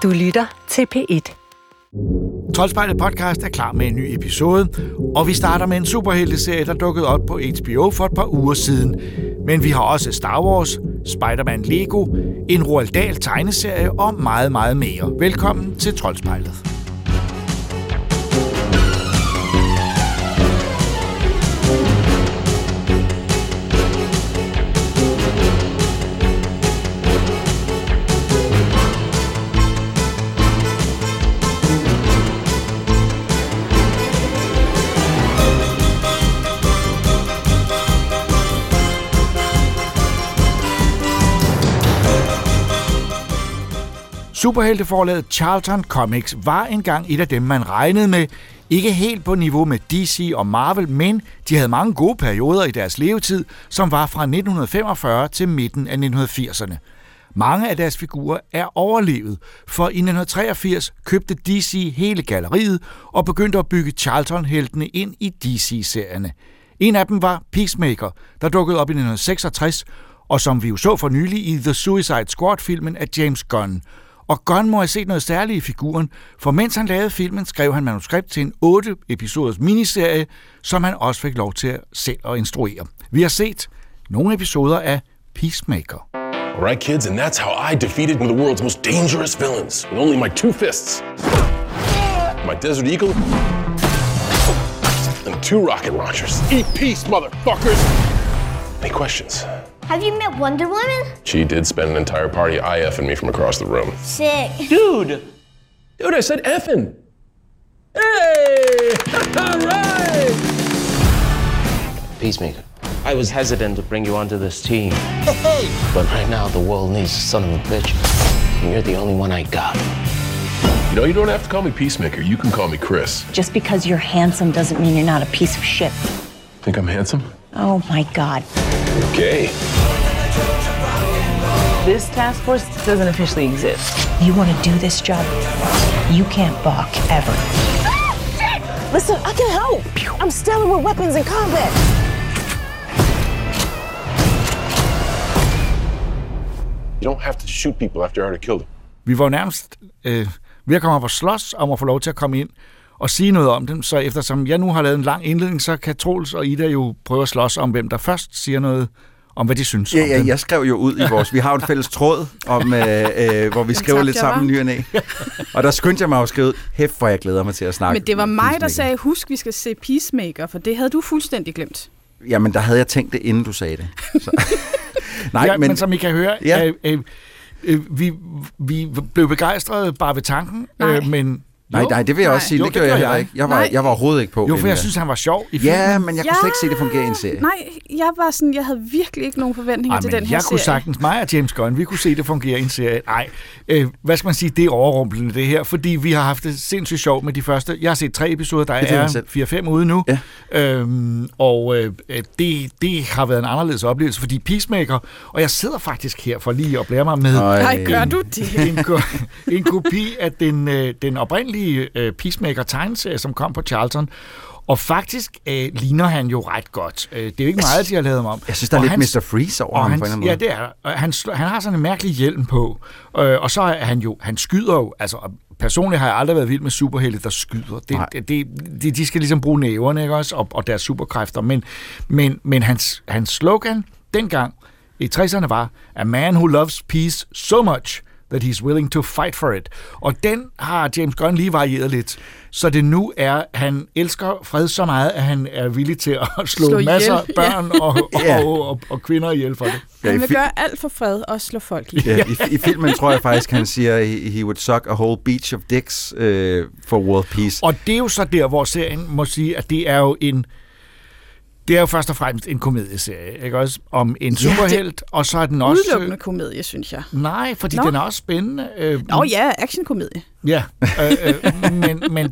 Du lytter til P1. Troldspejlet podcast er klar med en ny episode, og vi starter med en superhelteserie, der dukkede op på HBO for et par uger siden. Men vi har også Star Wars, Spider-Man Lego, en Roald Dahl tegneserie og meget, meget mere. Velkommen til Troldspejlet. Superhelteforlaget Charlton Comics var engang et af dem, man regnede med. Ikke helt på niveau med DC og Marvel, men de havde mange gode perioder i deres levetid, som var fra 1945 til midten af 1980'erne. Mange af deres figurer er overlevet, for i 1983 købte DC hele galleriet og begyndte at bygge Charlton-heltene ind i DC-serierne. En af dem var Peacemaker, der dukkede op i 1966, og som vi jo så for nylig i The Suicide Squad-filmen af James Gunn. Og Gunn må have set noget særligt i figuren, for mens han lavede filmen, skrev han manuskript til en 8-episoders miniserie, som han også fik lov til selv at instruere. Vi har set nogle episoder af Peacemaker. Alright kids, and that's how I defeated one of the world's most dangerous villains, with only my 2 fists. My Desert Eagle, and 2 rocket launchers. Eat peace, motherfuckers! Any questions? Have you met Wonder Woman? She did spend an entire party IFing me from across the room. Sick. Dude, I said effing. Hey! Alright! Peacemaker, I was hesitant to bring you onto this team. But right now the world needs a son of a bitch. And you're the only one I got. You know, you don't have to call me Peacemaker. You can call me Chris. Just because you're handsome doesn't mean you're not a piece of shit. Think I'm handsome? Oh my God. Okay. This task force doesn't officially exist. You want to do this job? You can't balk, ever. Listen, I can help. I'm stellar with weapons in combat. You don't have to shoot people after I already killed them. Vi var nærmest ved at komme op og slås om at få lov til at komme ind og sige noget om dem, så eftersom jeg nu har lavet en lang indledning, så kan Troels og Ida jo prøve at slås om, hvem der først siger noget om, hvad de synes om dem. Jeg skrev jo ud i vores... Vi har jo en fælles tråd, om, hvor vi skriver lidt sammen ny og næ. Og der skyndte jeg mig at skrive, hæft, hvor jeg glæder mig til at snakke. Men det var mig, der sagde, husk, vi skal se Peacemaker, for det havde du fuldstændig glemt. Jamen, der havde jeg tænkt det, inden du sagde det. Så. Nej, ja, men som I kan høre, vi blev begejstrede bare ved tanken, men... Nej, det vil jeg også sige. Det gør jeg heller ikke. Jeg var overhovedet ikke på. Jo, for jeg synes, han var sjov i filmen. Ja, men jeg kunne slet ikke se det fungere i en serie. Nej, jeg havde virkelig ikke nogen forventninger til den her serie. Jeg kunne sagtens, mig og James Gunn, vi kunne se det fungere i en serie. Nej, hvad skal man sige, det er overrumplende det her, fordi vi har haft det sindssygt sjovt med de første. Jeg har set 3 episoder, der er 4-5 ude nu. Ja. Det har været en anderledes oplevelse, fordi Peacemaker, og jeg sidder faktisk her for lige at blære mig med... Nej, gør du det? En kopi af den oprindelige Peacemaker-tegneserie, som kom på Charlton. Og faktisk ligner han jo ret godt. Det er jo ikke meget, de har lavet ham om. Jeg synes, der er lidt Mr. Freeze over ham på en eller anden måde. Ja, det er. Han har sådan en mærkelig hjelm på. Og så er han skyder jo. Altså, personligt har jeg aldrig været vild med superhelte, der skyder. De skal ligesom bruge næverne, ikke også? Og deres superkræfter. Men hans slogan dengang i 60'erne var, a man who loves peace so much that he's willing to fight for it. Og den har James Gunn lige varieret lidt. Så det nu er, han elsker fred så meget, at han er villig til at slå masser af børn og kvinder ihjel for det. Han vil gøre alt for fred og slå folk ihjel. Ja, i filmen tror jeg faktisk, han siger, he would suck a whole beach of dicks for world peace. Og det er jo så der, hvor serien må sige, at det er jo først og fremmest en komedieserie, ikke også? Om en superhelt, og så er den også... Udelukkende komedie, synes jeg. Nej, fordi den er også spændende. Actionkomedie. Ja, men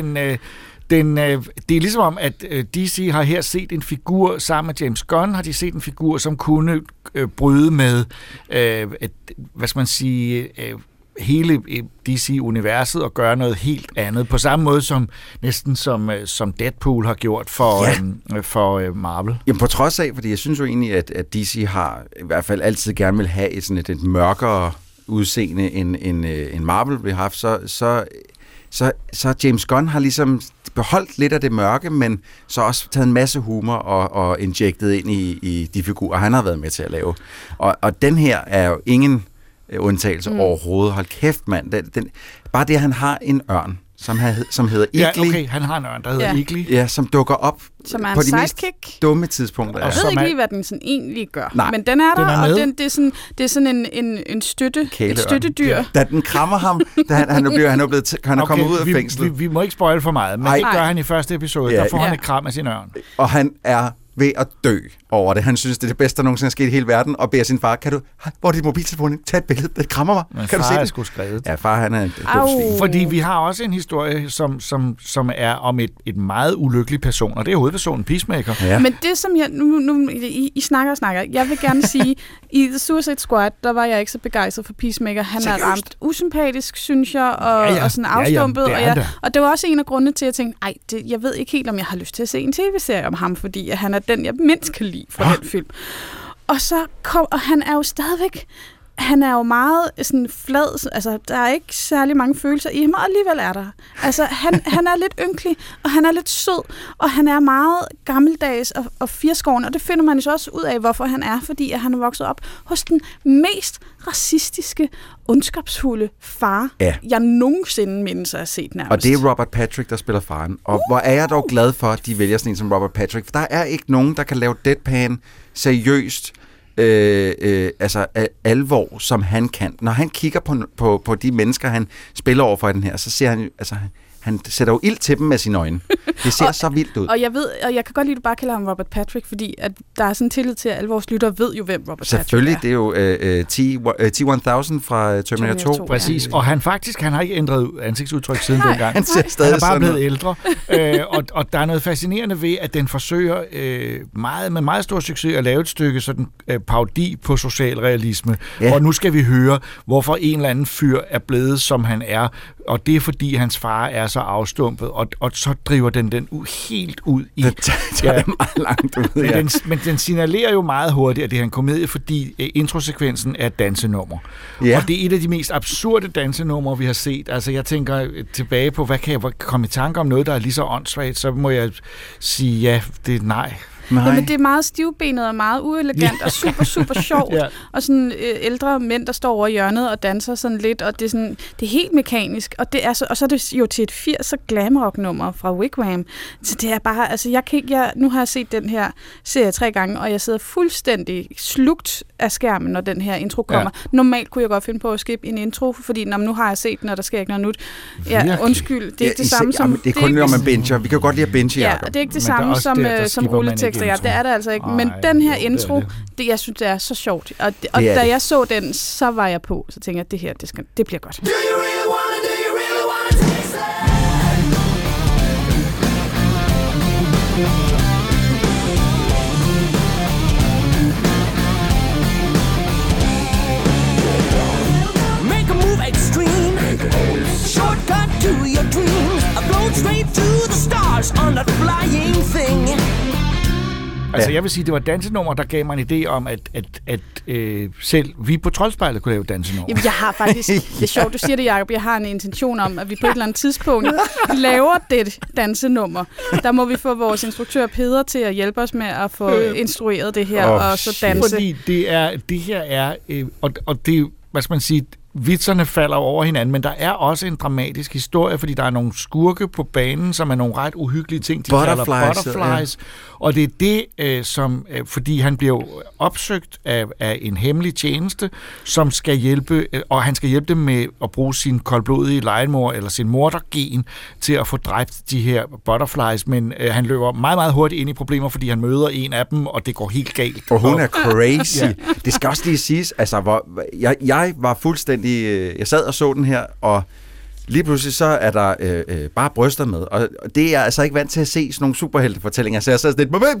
det er ligesom om, at DC har her set en figur, sammen med James Gunn har de set en figur, som kunne bryde med, hvad skal man sige... hele DC-universet og gøre noget helt andet. På samme måde som Deadpool har gjort for Marvel. Jamen på trods af, fordi jeg synes jo egentlig, at DC har i hvert fald altid gerne vil have et mørkere udseende end Marvel vi har haft, så James Gunn har ligesom beholdt lidt af det mørke, men så også taget en masse humor og injektet ind i de figurer, han har været med til at lave. Og den her er jo ingen undtagelse overhovedet. Hold kæft, mand. Bare det, at han har en ørn, som hedder Igli. Ja, okay, han har en ørn, der hedder Igli. Ja, som dukker op som er på en de mest sidekick. dumme tidspunkter. Jeg ved ikke lige, hvad den sådan egentlig gør. Nej. Men den er der, er og det er sådan en et støttedyr. Ja. Da den krammer ham, da han er kommet ud af fængslet. Vi må ikke spoil for meget, men det gør han i første episode. Der får han et kram af sin ørn. Og han er ved at dø over det. Han synes, det er det bedste, der nogensinde er sket i hele verden, og beder sin far, hvor er dit mobiltelefon? Tag et billede, det krammer mig. Men kan far du se er det? sgu skrevet. Ja, far han er en dum svin. Fordi vi har også en historie, som er om et meget ulykkeligt person, og det er hovedpersonen Peacemaker. Ja. Men det, som jeg... Nu I snakker og snakker. Jeg vil gerne sige, i The Suicide Squad, der var jeg ikke så begejstret for Peacemaker. Han er ramt usympatisk, synes jeg, og sådan afstumpet. Og det var også en af grundene til, at jeg tænkte, jeg ved ikke helt, om jeg har lyst til at se en tv-serie om ham, fordi han er den, jeg mindst kan lide fra den film. Og han er jo stadigvæk... Han er jo meget sådan flad, altså der er ikke særlig mange følelser i ham, og alligevel er der. Altså han er lidt ynkelig, og han er lidt sød, og han er meget gammeldags og firskåren, og det finder man jo også ud af, hvorfor han er, fordi at han er vokset op hos den mest racistiske, ondskabsfulde far, jeg nogensinde mindes at have set nærmest. Og det er Robert Patrick, der spiller faren. Og hvor er jeg dog glad for, at de vælger sådan en som Robert Patrick, for der er ikke nogen, der kan lave deadpan seriøst, alvor, som han kan. Når han kigger på de mennesker, han spiller over for i den her, så ser han, han sætter jo ild til dem med sine øjne. Det ser så vildt ud. Og jeg kan godt lide, at du bare kalder ham Robert Patrick, fordi at der er sådan tillid til, at alle vores lyttere ved jo, hvem Robert Patrick er. Selvfølgelig, det er jo T-1000 fra Terminator 2. Præcis, og han har ikke ændret ansigtsudtryk siden dengang. Han ser stadig han er bare blevet ældre. Og der er noget fascinerende ved, at den forsøger med meget stor succes at lave et stykke sådan parodi på socialrealisme. Ja. Og nu skal vi høre, hvorfor en eller anden fyr er blevet, som han er. Og det er, fordi hans far er så afstumpet, og så driver den helt ud i... Det er meget langt ud, ja. Men den signalerer jo meget hurtigt, at det er en komedie, fordi introsekvensen er et dansenummer. Ja. Og det er et af de mest absurde dansenumre, vi har set. Altså, jeg tænker tilbage på, hvad kan jeg komme i tanke om noget, der er lige så åndssvagt, så må jeg sige, ja, det er nej. Ja, men det er meget stivbenet og meget uelegant og super, super sjovt. Og sådan ældre mænd, der står over hjørnet og danser sådan lidt, og det er, sådan, det er helt mekanisk. Og så er det jo til et 80'er glamrock-nummer fra Wigwam. Så det er bare, altså nu har jeg set den her serie 3 gange, og jeg sidder fuldstændig slugt af skærmen, når den her intro kommer. Ja. Normalt kunne jeg godt finde på at skippe en intro, fordi nu har jeg set den, og der sker ikke noget nyt. Ja, undskyld, det er ikke det samme som... Det er kun når man binger. Vi kan jo godt lide at binge, Jacob. Ja, det er ikke det samme som rulletekster. Ja, det er det altså ikke. Men den her intro, jeg synes, det er så sjovt. Og da jeg så den, så var jeg på. Så tænkte jeg, at det her, det bliver godt. Make a move extreme. Shortcut to your dreams. I float straight to the stars on that flying thing. Altså, jeg vil sige, det var dansenummer, der gav mig en idé om, at selv vi på Troldspejlet kunne lave dansenummer. Jamen, jeg har faktisk... Det er sjovt, du siger det, Jacob. Jeg har en intention om, at vi på et eller andet tidspunkt laver det dansenummer. Der må vi få vores instruktør Peder til at hjælpe os med at få instrueret det her, og så danse. Fordi det her er... Og det, hvad skal man sige... Vitserne falder over hinanden, men der er også en dramatisk historie, fordi der er nogle skurke på banen, som er nogle ret uhyggelige ting, de kalder butterflies. Og det er det, som, fordi han bliver opsøgt af en hemmelig tjeneste, som skal hjælpe, og han skal hjælpe dem med at bruge sin koldblodige legemor, eller sin mordergen, til at få dræbt de her butterflies, men han løber meget, meget hurtigt ind i problemer, fordi han møder en af dem, og det går helt galt. Og hun er crazy. Ja. Det skal også lige siges, altså, jeg var fuldstændig... Jeg sad og så den her, og lige pludselig så er der bare bryster med, og det er jeg altså ikke vant til at se sådan nogle superheltefortællinger, så jeg sad sådan lidt,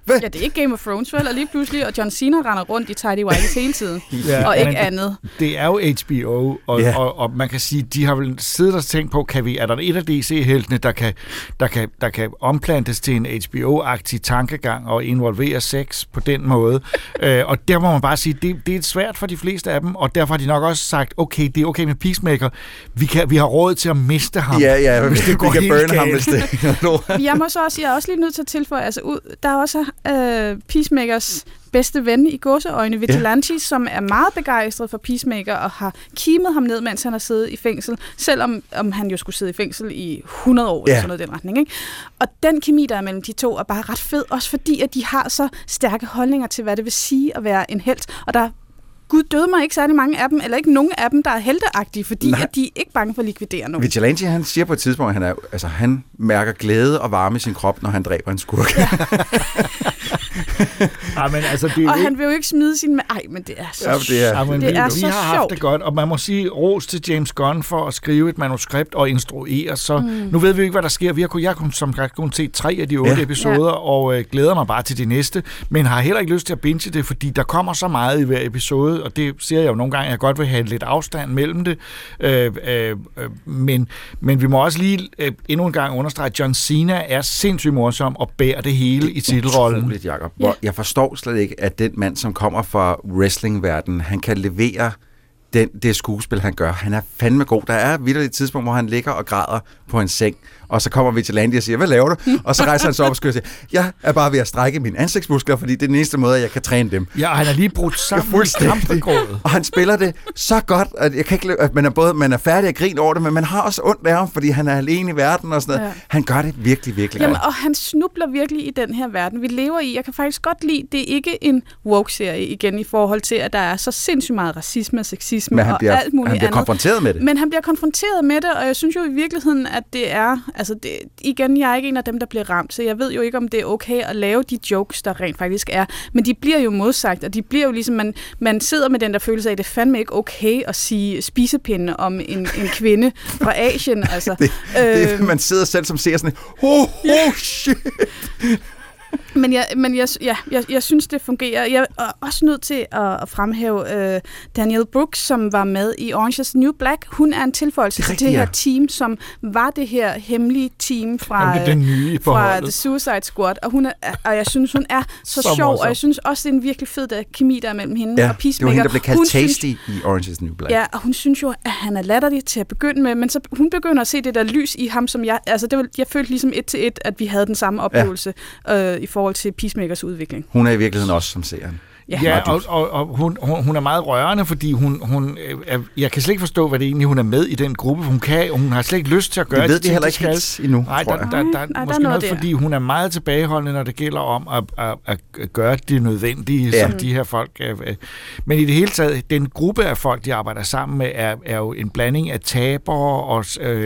Ja, det er ikke Game of Thrones, vel? Og lige pludselig, og John Cena render rundt i tidy whities hele tiden. Og ikke andet. Det er jo HBO, og man kan sige, de har vel siddet og tænkt på, er der et af DC-heltene, der kan omplantes til en HBO-agtig tankegang og involvere sex på den måde. Og der må man bare sige, det er svært for de fleste af dem, og derfor har de nok også sagt, okay, det er okay med Peacemaker. Vi har råd til at miste ham. Ja, hvis det går helt galt. Ham, hvis det jeg er også lige nødt til at tilføje, altså der er også Peacemakers bedste ven i gåseøjne, Vigilante, som er meget begejstret for Peacemaker og har kimet ham ned, mens han har siddet i fængsel, selvom han jo skulle sidde i fængsel i 100 år, eller sådan noget den retning. Ikke? Og den kemi, der er mellem de to, er bare ret fed, også fordi, at de har så stærke holdninger til, hvad det vil sige at være en helt, og der Gud døde mig ikke særlig mange af dem, eller ikke nogen af dem, der er helteagtige, fordi at de er ikke bange for at likvidere nogen. Vigilante, han siger på et tidspunkt, at han mærker glæde og varme i sin krop, når han dræber en skurk. Ja. Men altså, det er og han vil jo ikke smide sin... men det er så sjovt. Vi har haft det godt, og man må sige ros til James Gunn for at skrive et manuskript og instruere, så nu ved vi ikke, hvad der sker. Jeg har som sagt kun set 3 af de 8 episoder, og glæder mig bare til de næste, men har heller ikke lyst til at binge det, fordi der kommer så meget i hver episode, og det siger jeg jo nogle gange, at jeg godt vil have lidt afstand mellem det, men vi må også lige endnu en gang understrege, at John Cena er sindssygt morsom og bærer det hele i titelrollen. Utroligt, Jacob. Jeg forstår slet ikke, at den mand, som kommer fra wrestlingverdenen, han kan levere det skuespil, han gør. Han er fandme god. Der er vitterligt et tidspunkt, hvor han ligger og græder på en seng, og så kommer Vigilante og siger, hvad laver du? Og så rejser han sig op og siger, jeg er bare ved at strække mine ansigtsmuskler, fordi det er den eneste måde, jeg kan træne dem. Ja, og han er lige brudt sammen i og han spiller det så godt, at jeg kan ikke, at man er færdig at grine over det, men man har også ondt af ham, fordi han er alene i verden og sådan noget. Ja. Han gør det virkelig, virkelig godt. Og han snubler virkelig i den her verden, vi lever i. Jeg kan faktisk godt lide, det er ikke en woke-serie igen i forhold til, at der er så sindssygt meget racisme, sexisme og alt muligt andet. Han bliver konfronteret med det. Men han bliver konfronteret med det, og jeg synes jo i virkeligheden, at det er... Altså igen, jeg er ikke en af dem, der bliver ramt, så jeg ved jo ikke, om det er okay at lave de jokes, der rent faktisk er. Men de bliver jo modsagt, og de bliver jo ligesom, man sidder med den der følelse af, at det er fandme ikke okay at sige spisepinde om en kvinde fra Asien. Altså, det man sidder selv som ser sådan, shit. Men jeg synes, det fungerer. Jeg er også nødt til at fremhæve Danielle Brooks, som var med i Orange is the New Black. Hun er en tilføjelse til det her team, som var det her hemmelige team fra The Suicide Squad. Og jeg synes, hun er så sjov, og jeg synes også, det er en virkelig fed kemi, der er mellem hende og Peacemaker. Det var hende, der blev kaldt Tasty i Orange is the New Black. Ja, og hun synes jo, at han er latterlig til at begynde med, men så hun begynder at se det der lys i ham, som jeg følte ligesom 1-1, at vi havde den samme oplevelse i forhold til Peacemakers udvikling. Hun er i virkeligheden også som seeren. Ja, og hun er meget rørende, fordi jeg kan slet ikke forstå, hvad det egentlig hun er med i den gruppe. Hun har slet ikke lyst til at gøre det. Det ved de heller ikke helt endnu, Nej, der er måske noget, fordi hun er meget tilbageholdende, når det gælder om at gøre det nødvendige, som de her folk er. Men i det hele taget, den gruppe af folk, de arbejder sammen med, er jo en blanding af tabere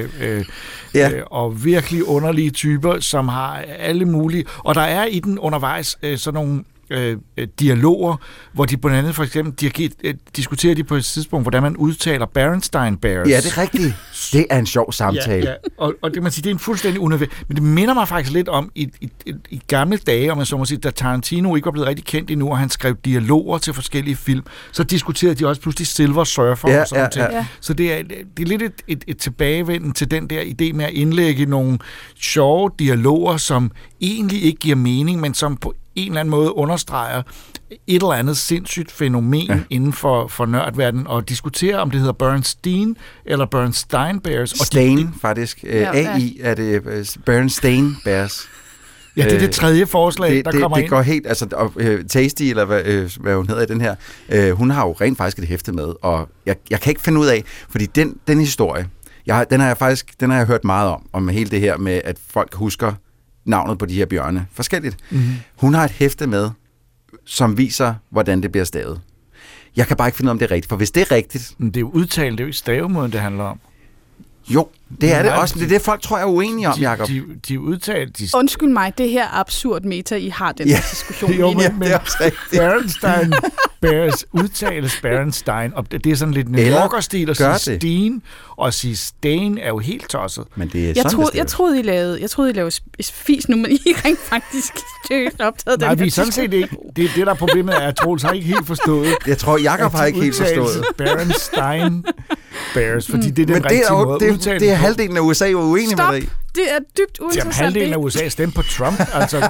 og virkelig underlige typer, som har alle mulige. Og der er i den undervejs sådan nogle dialoger, hvor de blandt andet for eksempel diskuterer de på et tidspunkt, hvordan man udtaler Berenstain Bears. Ja, det er rigtigt. Det er en sjov samtale. Ja. Og det, man siger, det er en fuldstændig unødvendig, men det minder mig faktisk lidt om i gamle dage, om man så må sige, da Tarantino ikke var blevet rigtig kendt endnu, og han skrev dialoger til forskellige film, så diskuterede de også pludselig Silver Surfer og sådan noget. Ja. Så det er lidt et tilbagevenden til den der idé med at indlægge nogle sjove dialoger, som egentlig ikke giver mening, men som på en eller anden måde understreger et eller andet sindssygt fænomen inden for nørdverdenen, og diskutere, om det hedder Bernstein eller Bernstein Bears. Stein, faktisk. AI er det Bernstein Bears. Ja, det er det tredje forslag, der kommer ind. Det går helt, altså Tasty, eller hvad hun hedder i den her, hun har jo rent faktisk et hæfte med, og jeg kan ikke finde ud af, fordi den historie, den har jeg hørt meget om hele det her med, at folk husker navnet på de her bjørne forskelligt. Mm-hmm. Hun har et hæfte med, som viser, hvordan det bliver stavet. Jeg kan bare ikke finde ud af, om det er rigtigt, for hvis det er rigtigt... Men det er jo udtalt, det er jo ikke stavemåden, det handler om. Jo, det er det også. Det er det, folk tror jeg er uenige om, Jacob. De udtalte... Undskyld mig, det her absurd meta, I har den her diskussion. Jo, men det er også rigtigt. Berenstain Bears udtales Berenstain, og det er sådan lidt New Yorker-stil at sige Steen, og at sige Stain er jo helt tosset. Men det er jeg troede, I lavede fis nu, men I rent faktisk optaget den her. Nej, vi er sådan set ikke. Det der er problemet, er, at Troels har ikke helt forstået. Jeg tror, Jacob har ikke helt forstået. Berenstain Bears, fordi det er den rigtige måde at udtale. Det er halvdelen af USA, hvor uenige med dig. Det er dybt uinteressant. Halvdelen af USA stemte på Trump. Altså,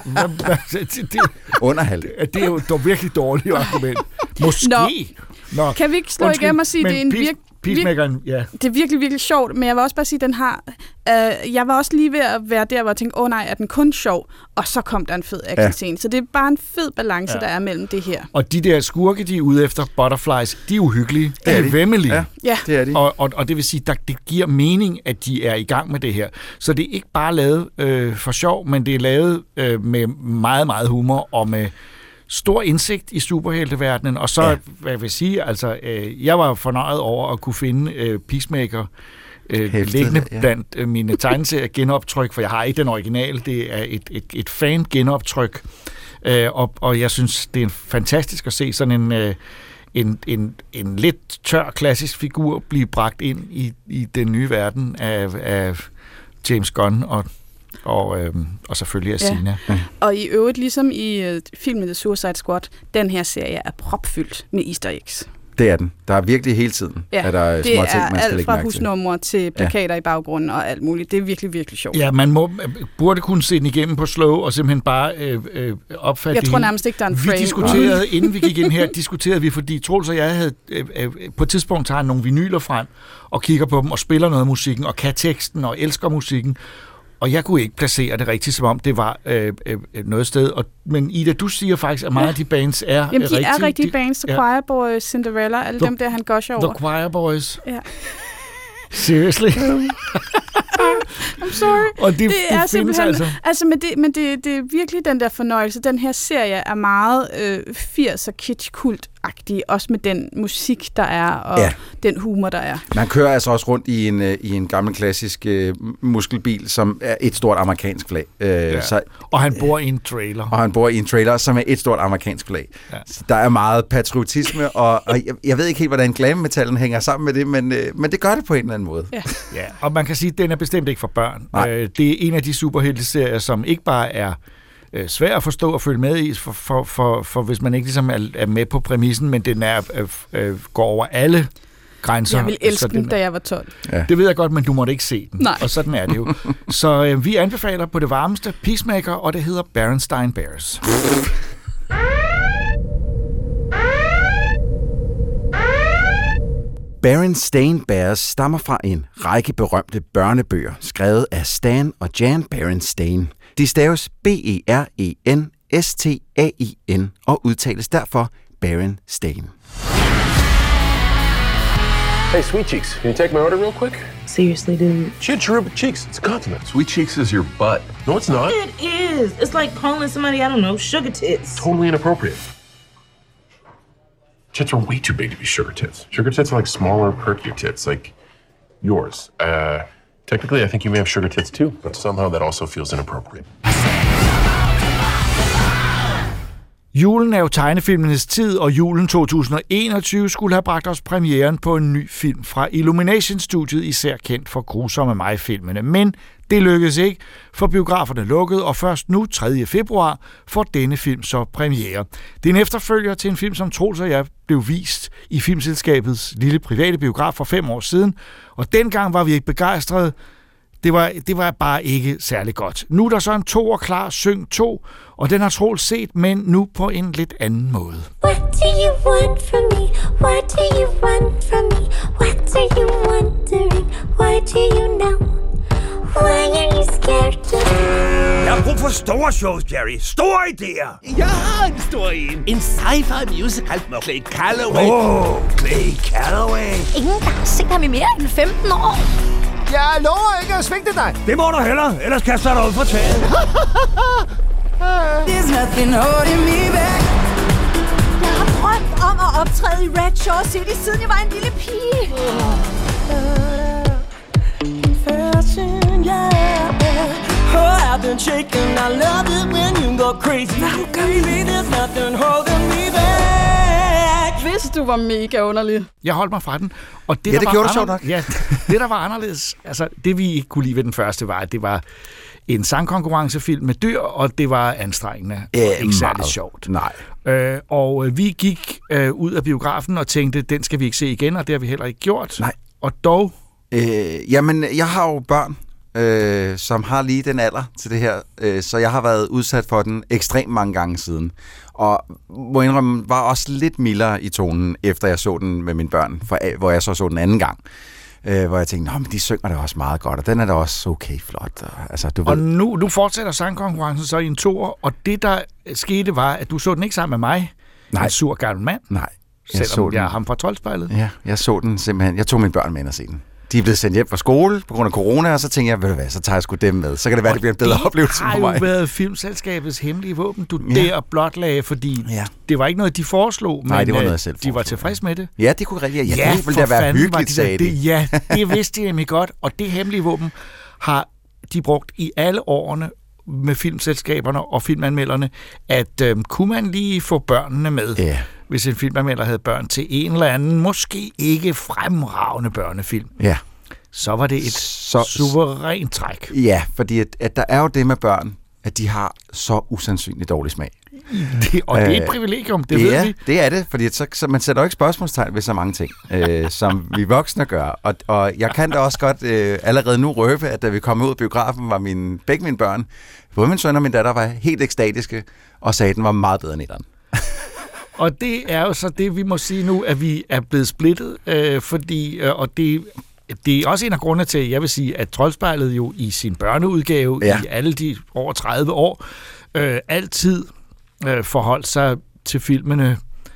under halvdelen. Det er jo et virkelig dårligt argument. Måske. Nå. Kan vi ikke slå igennem og sige, det er en Peacemakeren, ja. Det er virkelig, virkelig sjovt, men jeg vil også bare sige, den har... jeg var også lige ved at være der, hvor jeg tænkte, nej, er den kun sjov? Og så kom der en fed actionscene. Så det er bare en fed balance, der er mellem det her. Og de der skurke, de er ude efter Butterflies, de er uhyggelige. Det er vemmelige. Ja, det er de. Og det vil sige, at det giver mening, at de er i gang med det her. Så det er ikke bare lavet for sjov, men det er lavet med meget, meget humor og med stor indsigt i superhelteverdenen, og så, hvad jeg vil sige, altså, jeg var fornøjet over at kunne finde Peacemaker liggende blandt mine tegneserier genoptryk, for jeg har ikke den originale, det er et fan-genoptryk, og jeg synes, det er fantastisk at se sådan en lidt tør, klassisk figur blive bragt ind i den nye verden af James Gunn og selvfølgelig Asina. Ja. Og i øvrigt, ligesom i filmen The Suicide Squad, den her serie er propfyldt med easter eggs. Det er den. Der er virkelig hele tiden, at der er små ting, man skal lægge mærke til. Det er alt fra husnumre til plakater i baggrunden og alt muligt. Det er virkelig, virkelig sjovt. Ja, man burde kunne se den igennem på slow og simpelthen bare opfatte det. Jeg tror nærmest ikke, der er en frame. Vi diskuterede, inden vi gik ind her, diskuterede vi, fordi Troels og jeg havde på et tidspunkt taget nogle vinyler frem og kigger på dem og spiller noget af musikken og kan teksten og elsker musikken. Og jeg kunne ikke placere det rigtigt, som om det var noget sted. Men Ida, du siger faktisk, at meget af de bands er rigtige. Jamen, de er rigtige bands. The Choir Boys, Cinderella, alle dem der, han gosher over. The Choir Boys? Ja. Seriously? I'm sorry. Og det er simpelthen... Men det er virkelig den der fornøjelse. Den her serie er meget 80'er kitsch-kult-agtig, også med den musik, der er, og den humor, der er. Man kører altså også rundt i en gammel klassisk muskelbil, som er et stort amerikansk flag. Og han bor i en trailer. Som er et stort amerikansk flag. Ja. Så der er meget patriotisme, og jeg ved ikke helt, hvordan glam-metallen hænger sammen med det, men det gør det på en eller anden måde. Ja, og man kan sige, at den er bestemt ikke for børn. Det er en af de superhelteserier, som ikke bare er svær at forstå og følge med i, for hvis man ikke ligesom er med på præmissen, men den går over alle grænser. Jeg ville elske den, da jeg var 12. Ja. Det ved jeg godt, men du måtte ikke se den. Nej. Og sådan er det jo. Så vi anbefaler på det varmeste Peacemaker, og det hedder Berenstain Bears. Berenstain Bears stammer fra en række berømte børnebøger, skrevet af Stan og Jan Berenstain. De staves Berenstain og udtales derfor Berenstain. Hey, Sweet Cheeks, can you take my order real quick? Seriously, dude. She had terrific cheeks. It's a compliment. Sweet Cheeks is your butt. No, it's not. It is. It's like calling somebody, I don't know, sugar tits. Totally inappropriate. Tits are way too big to be sugar tits. Sugar tits are like smaller, perkier tits, like yours. Technically, I think you may have sugar tits too, but somehow that also feels inappropriate. Julen er jo tegnefilmenes tid, og julen 2021 skulle have bragt os premieren på en ny film fra Illumination-studiet, især kendt for Grusomme mig-filmene. Men det lykkedes ikke, for biograferne lukkede, og først nu, 3. februar, får denne film så premiere. Det er en efterfølger til en film, som Troels og jeg blev vist i Filmselskabets lille private biograf for 5 år siden, og dengang var vi ikke begejstrede. Det var bare ikke særlig godt. Nu er der så en 2'er klar, Syng 2, og den har Troels set, men nu på en lidt anden måde. What do you want from me? Why do you run from me? What are you wondering? Why do you know? Why are you scared of me? Jeg har brug for store shows, Jerry. Store idéer. Jeg har en stor en. En sci-fi musical med Clay Calloway. Clay Calloway. Ingen, der har set ham i mere end 15 år. Jeg lover ikke at svigte dig. Det må du hellere, ellers kaster jeg dig ud fra taget. There's nothing holding me back. Jeg har drømt om at optræde i Red Shore City, siden jeg var en lille pige. awake, and I love it when you go crazy. Baby, there's nothing holding me back. Hvis du var mega underlig. Jeg holdt mig fra den. Og det, det gjorde du sjovt nok. Ja, det, der var anderledes, altså det vi ikke kunne lide ved den første, var, at det var en sangkonkurrencefilm med dyr, og det var anstrengende og ikke særlig sjovt. Nej. Og vi gik ud af biografen og tænkte, den skal vi ikke se igen, og det har vi heller ikke gjort. Nej. Og dog... Jamen, jeg har jo børn, som har lige den alder til det her, så jeg har været udsat for den ekstremt mange gange siden. Og må indrømme, var også lidt mildere i tonen, efter jeg så den med mine børn, hvor jeg så den anden gang. Hvor jeg tænkte, men de synger da også meget godt, og den er da også okay flot. Altså, du ved. Og nu fortsætter sangkonkurrencen så i en toer, og det, der skete, var, at du så den ikke sammen med mig. Nej. En sur gammel mand. Nej. Selvom jeg er ham fra Troldspejlet. Ja, jeg så den simpelthen. Jeg tog mine børn med ind og se den. De er blevet sendt hjem fra skole på grund af corona, og så tænkte jeg, ved du hvad, så tager jeg sgu dem med. Så kan det være, det bliver en bedre oplevelse for mig. Det har jo været filmselskabets hemmelige våben, du der blotlagde, fordi det var ikke noget, de foreslog, men det var noget, jeg selv de var tilfredse med det. Ja, det kunne rigtig. Ja, det ville da være hyggeligt, sagde de. Ja, det vidste de nemlig godt, og det hemmelige våben har de brugt i alle årene med filmselskaberne og filmanmelderne, at kunne man lige få børnene med, hvis en filmanmelder havde børn til en eller anden, måske ikke fremragende børnefilm. Ja. Så var det et suverænt træk. Ja, fordi at der er jo det med børn, at de har så usandsynligt dårlig smag. Og det er et privilegium, det ved vi. Det er det, fordi så man sætter jo ikke spørgsmålstegn ved så mange ting, som vi voksne gør. Og jeg kan da også godt allerede nu røbe, at da vi kom ud af biografen, var begge mine børn, både min søn og min datter, var helt ekstatiske, og sagde, at den var meget bedre end etteren. Og det er jo så det, vi må sige nu, at vi er blevet splittet, fordi, og det er også en af grundene til, jeg vil sige, at Troldspejlet jo i sin børneudgave i alle de over 30 år altid forholdt sig til filmene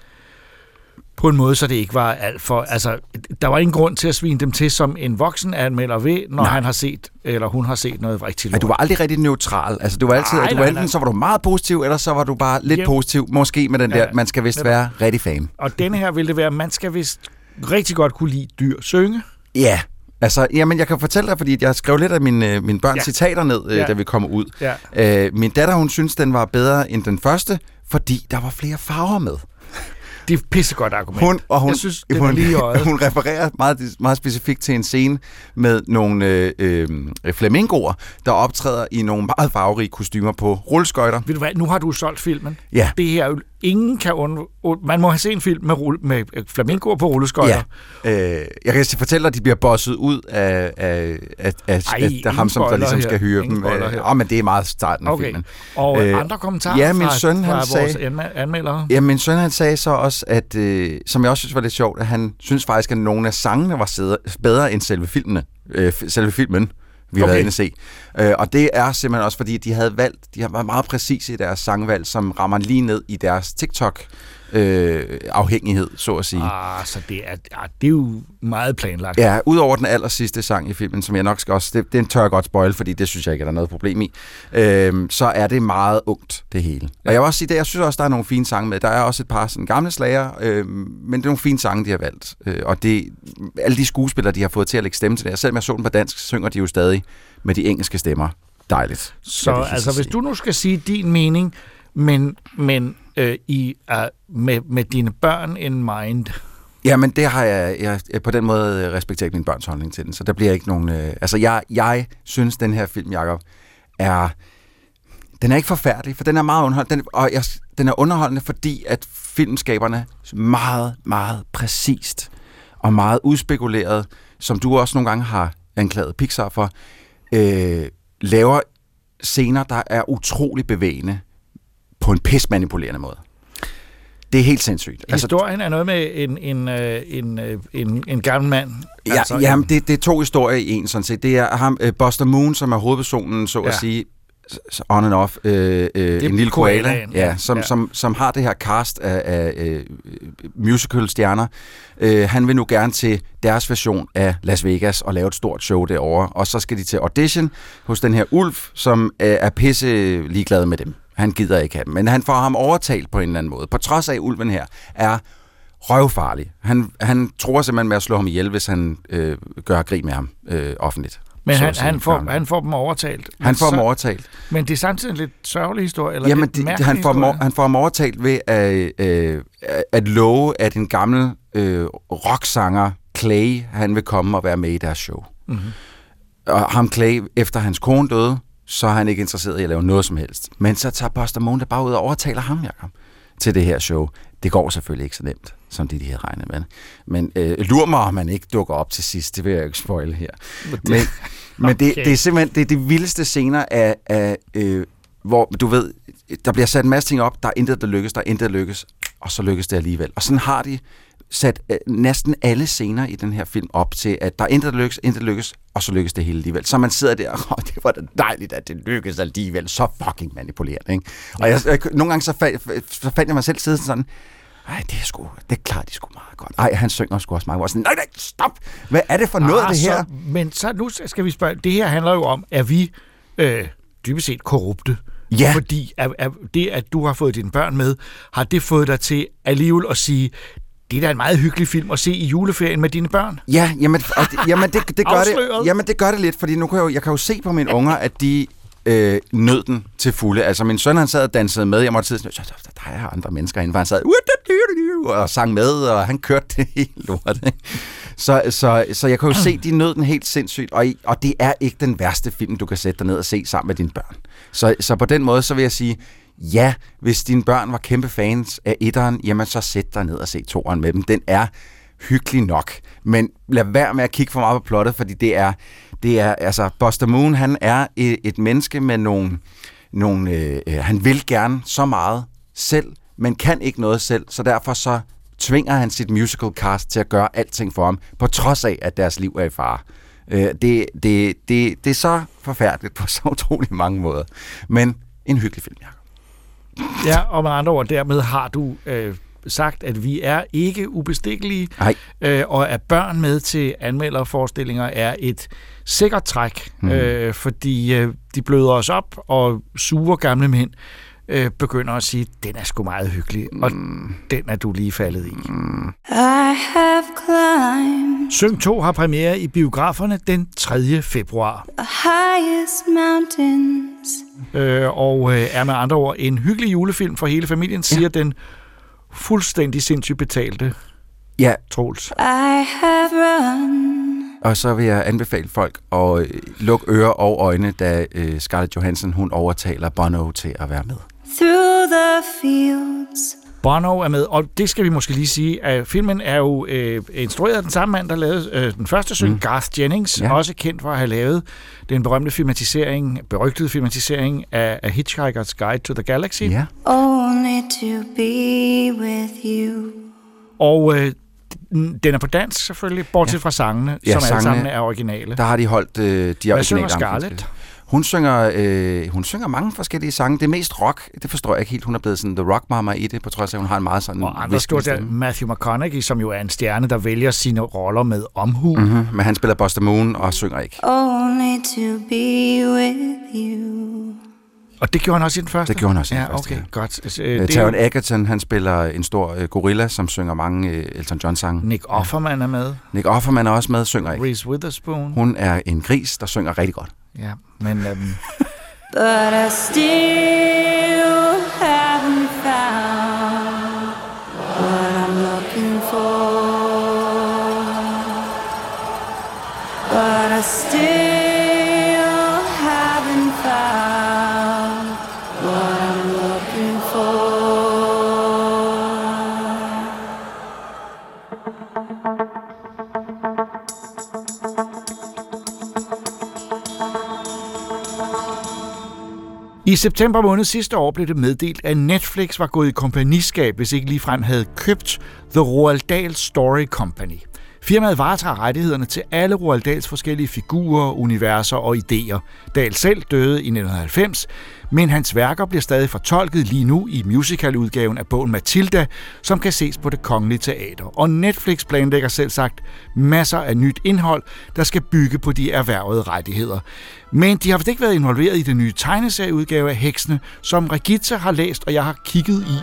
på en måde, så det ikke var alt for... Altså, der var ingen grund til at svine dem til, som en voksen anmelder ved, når han har set, eller hun har set noget rigtig lort. Men du var aldrig rigtig neutral. Altså, du var altid... enten så var du meget positiv, eller så var du bare lidt positiv. Måske med den der, man skal vist være rigtig fan. Og denne her ville det være, man skal vist rigtig godt kunne lide dyr synge. Ja, altså, jamen, jeg kan fortælle dig, fordi jeg skrev lidt af mine børns citater ned, da vi kom ud. Ja. Min datter, hun synes, den var bedre end den første, fordi der var flere farver med. Det er et pissegodt argument. Jeg synes, det er lige i øjet. Hun refererer meget, meget specifikt til en scene med nogle flamingoer, der optræder i nogle meget farverige kostymer på rulleskøjter. Ved du hvad, nu har du solgt filmen. Ja. Det her, ingen kan man må have set en film med flamingoer på rulleskøjter. Ja. Jeg kan fortælle dig, at de bliver bosset ud af ham, som der ligesom skal hyre dem. Men det er meget starten af filmen. Og andre kommentarer fra vores anmeldere? Ja, min søn han sagde så også, at, som jeg også synes var lidt sjovt, at han synes faktisk, at nogle af sangene var bedre end selve filmen, vi har været inde at se. Og det er simpelthen også, fordi de har været meget præcise i deres sangvalg, som rammer lige ned i deres TikTok afhængighed, så at sige. Så det er jo meget planlagt. Ja, udover den aller sidste sang i filmen, som jeg nok skal også... Det tør jeg godt spoil, fordi det synes jeg ikke, der er noget problem i. Så er det meget ungt, det hele. Og jeg vil også sige, at jeg synes også, der er nogle fine sange med. Der er også et par sådan gamle slager, men det er nogle fine sange, de har valgt. Og alle de skuespillere, de har fået til at lægge stemme til det. Selvom jeg så den på dansk, synger de jo stadig med de engelske stemmer. Dejligt. Så altså, hvis du nu skal sige din mening, men med dine børn in mind. Jamen, det har jeg på den måde respekterer mine børns holdning til den, så der bliver ikke nogen... jeg synes, den her film, Jacob, den er ikke forfærdelig, for den er meget underholdende, den er underholdende, fordi at filmskaberne meget, meget præcist og meget udspekuleret, som du også nogle gange har anklaget Pixar for, laver scener, der er utrolig bevægende på en pismanipulerende måde. Det er helt sindssygt. Historien er noget med en gammel mand. Jamen, det er to historier i en, sådan set. Det er ham, Buster Moon, som er hovedpersonen, så at sige, on and off, en lille koala, som har det her cast af musical-stjerner. Han vil nu gerne til deres version af Las Vegas og lave et stort show derovre, og så skal de til audition hos den her Ulf, som er pisse ligeglad med dem. Han gider ikke have dem, men han får ham overtalt på en eller anden måde. På trods af, at Ulven her er røvfarlig. Han tror simpelthen med at slå ham ihjel, hvis han gør grin med ham offentligt. Men han får dem overtalt. Han får dem overtalt. Men det er samtidig en lidt sørgelig historie, eller jamen, han får dem overtalt ved at love, at en gammel rocksanger, Clay, han vil komme og være med i deres show. Mm-hmm. Og ham Clay, efter hans kone døde, så er han ikke interesseret i at lave noget som helst. Men så tager Buster Moon der bare ud og overtaler ham, Jacob, til det her show. Det går selvfølgelig ikke så nemt, som de havde regnet med. Men lur mig, om man ikke dukker op til sidst. Det vil jeg ikke spoile her. Men det er simpelthen det vildeste scener af hvor du ved, der bliver sat en masse ting op, der er intet, der lykkes, og så lykkes det alligevel. Og sådan har de sat næsten alle scener i den her film op til, at der er intet lykkes, og så lykkes det hele alligevel. Så man sidder der, og det var da dejligt, at det lykkes alligevel. Så fucking manipulerende, ikke? Og nogle gange så fandt jeg mig selv sidde sådan, det klarer de sgu meget godt. Ej, han synger sgu også meget godt. Nej, stop! Hvad er det for noget, det her? Men så nu skal vi spørge, det her handler jo om, er vi dybest set korrupte? Ja. Fordi det, at du har fået dine børn med, har det fået dig til alligevel at sige, det er da en meget hyggelig film at se i juleferien med dine børn. Ja, det gør det. Jamen, det gør det lidt, fordi nu kan jeg jo se på mine unger, at de nød den til fulde. Altså, min søn, han sad og dansede med. Jeg måtte sidde sådan, der er andre mennesker inde, for han sad og sang med, og han kørte det helt lort. Ikke? Så jeg kan jo se, de nød den helt sindssygt, og det er ikke den værste film, du kan sætte dig ned og se sammen med dine børn. Så på den måde, så vil jeg sige, ja, hvis dine børn var kæmpe fans af etteren, jamen så sæt dig ned og se toeren med dem. Den er hyggelig nok, men lad være med at kigge for meget på plottet, fordi det er altså, Buster Moon, han er et menneske med nogle han vil gerne så meget selv, men kan ikke noget selv, så derfor så tvinger han sit musical cast til at gøre alting for ham, på trods af, at deres liv er i fare. Det er så forfærdeligt på så utrolig mange måder, men en hyggelig film, Jacob. Ja, og med andre ord, dermed har du sagt, at vi er ikke ubestikkelige, og at børn med til anmelderforestillinger er et sikkert træk, fordi de bløder os op, og suger gamle mænd begynder at sige, den er sgu meget hyggelig, og den er du lige faldet i. Syng 2 har premiere i biograferne den 3. februar. Og er med andre ord en hyggelig julefilm for hele familien, siger den fuldstændig sindssygt betalte Troels. Og så vil jeg anbefale folk at lukke ører og øjne, da Scarlett Johansson hun overtaler Bono til at være med. Through the fields. Bono er med, og det skal vi måske lige sige, at filmen er jo instrueret af den samme mand, der lavede den første syng, Garth Jennings, også kendt for at have lavet den berygtede filmatisering af Hitchhiker's Guide to the Galaxy. Yeah. Only to be with you. Og den er på dansk selvfølgelig, bortset fra sangene, som alle sammen er originale. Der har de holdt de originale. Hvad synger Scarlett? Hun synger mange forskellige sange. Det er mest rock. Det forstår jeg ikke helt. Hun er blevet sådan the rock mama i det, på trods af, at hun har en meget sådan... Og andre stort der, Matthew McConaughey, som jo er en stjerne, der vælger sine roller med omhu. Mm-hmm. Men han spiller Buster Moon og synger ikke. Only to be with you. Og det gjorde han også i den første? Det gjorde han også i den første, okay, godt. Taron Egerton, han spiller en stor gorilla, som synger mange Elton John-sange. Nick Offerman er med. Nick Offerman er også med, synger ikke. Reese Witherspoon. Hun er en gris, der synger rigtig godt. Ja, men... But I still haven't found what I'm looking for. But I still haven't found what I'm looking for. I september måned sidste år blev det meddelt, at Netflix var gået i kompagniskab, hvis ikke ligefrem havde købt The Roald Dahl Story Company. Firmaet varetager rettighederne til alle Roald Dahls forskellige figurer, universer og idéer. Dahl selv døde i 1990, men hans værker bliver stadig fortolket lige nu i musicaludgaven af bogen Matilda, som kan ses på Det Kongelige Teater. Og Netflix planlægger selv sagt masser af nyt indhold, der skal bygge på de erhvervede rettigheder. Men de har vist ikke været involveret i den nye tegneserieudgave af Heksene, som Regitze har læst, og jeg har kigget i.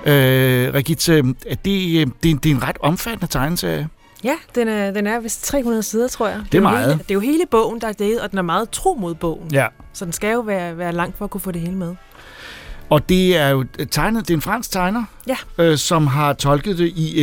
Regitze, det er en ret omfattende tegneserie. Ja, den er vist 300 sider, tror jeg. Det er meget. Det er jo hele bogen, der er det, og den er meget tro mod bogen. Ja. Så den skal jo være langt for at kunne få det hele med. Og det er jo tegnet, det er en fransk tegner, som har tolket det i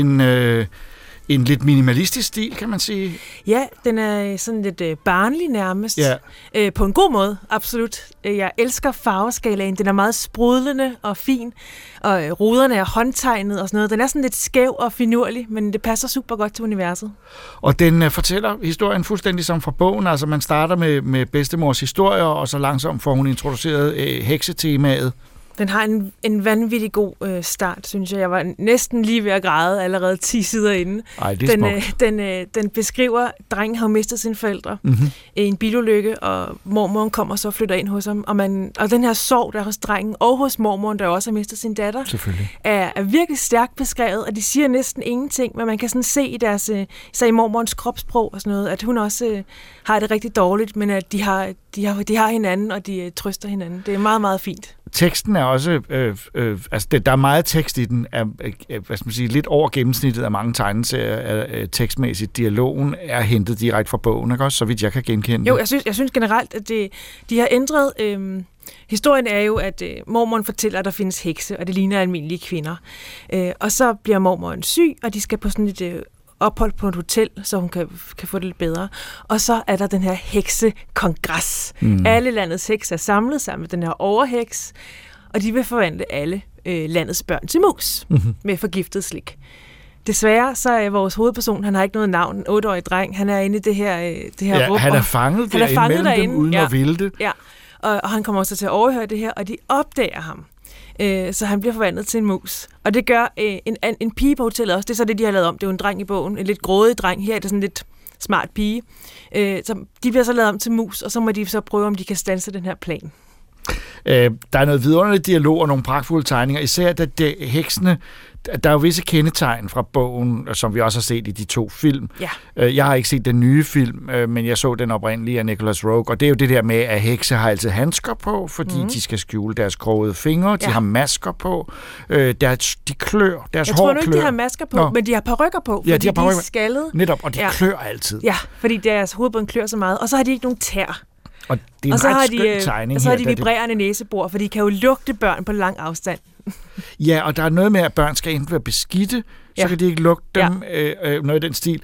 en lidt minimalistisk stil, kan man sige. Ja, den er sådan lidt barnlig nærmest. Ja. På en god måde, absolut. Jeg elsker farveskalaen. Den er meget sprudlende og fin, og ruderne er håndtegnet og sådan noget. Den er sådan lidt skæv og finurlig, men det passer super godt til universet. Og den fortæller historien fuldstændig som fra bogen. Altså man starter med bedstemors historier, og så langsomt får hun introduceret heksetemaet. Den har en vanvittig god start, synes jeg. Jeg var næsten lige ved at græde allerede 10 sider inde. Ej, det er den beskriver, at drengen har mistet sine forældre i en bilulykke, og mormoren kommer så og flytter ind hos ham. Og den her sorg, der er hos drengen, og hos mormoren, der også har mistet sin datter, er virkelig stærkt beskrevet, og de siger næsten ingenting, men man kan sådan se i deres, i mormorens kropssprog og sådan noget, at hun også har det rigtig dårligt, men at de har hinanden, og de trøster hinanden. Det er meget, meget fint. Teksten er også, der er meget tekst i den, hvad skal man sige, lidt over gennemsnittet af mange tegneserier tekstmæssigt. Dialogen er hentet direkte fra bogen, ikke også, så vidt jeg kan genkende. Jo, jeg synes generelt, at de har ændret. Historien er jo, at mormoren fortæller, at der findes hekse, og det ligner almindelige kvinder. Og så bliver mormoren syg, og de skal på sådan et ophold på et hotel, så hun kan få det lidt bedre. Og så er der den her heksekongres. Alle landets hekse er samlet sammen med den her overheks, og de vil forvandle alle landets børn til mus med forgiftet slik. Desværre så er vores hovedperson, han har ikke noget navn, en 8-årig dreng, han er inde i det her rum. Han er fanget derinde dem, uden at ville det. Ja, og han kommer også til at overhøre det her, og de opdager ham. Så han bliver forvandlet til en mus. Og det gør en pige på hotellet også. Det er så det, de har lavet om. Det er jo en dreng i bogen. En lidt grådig dreng. Her er det sådan en lidt smart pige. Så de bliver så lavet om til mus, og så må de så prøve, om de kan standse den her plan. Der er noget vidunderligt dialog og nogle pragtfulde tegninger. Især da heksene, der er jo visse kendetegn fra bogen, som vi også har set i de 2 film. Ja. Jeg har ikke set den nye film, men jeg så den oprindelige af Nicholas Roeg, og det er jo det der med, at hekse har altid handsker på, fordi de skal skjule deres krogede fingre, de har masker på, de klør, deres hår klør. Jeg tror nu ikke, de har masker på, men de har parykker på, fordi de er skaldede. Netop, og de klør altid. Ja, fordi deres hovedbund klør så meget, og så har de ikke nogen tær. Og det er en ret skøn tegning. Og så har de vibrerende næsebor, for de kan jo lugte børn på lang afstand. Ja, og der er noget med, at børn skal enten være beskidte, så kan de ikke lugte dem, noget i den stil.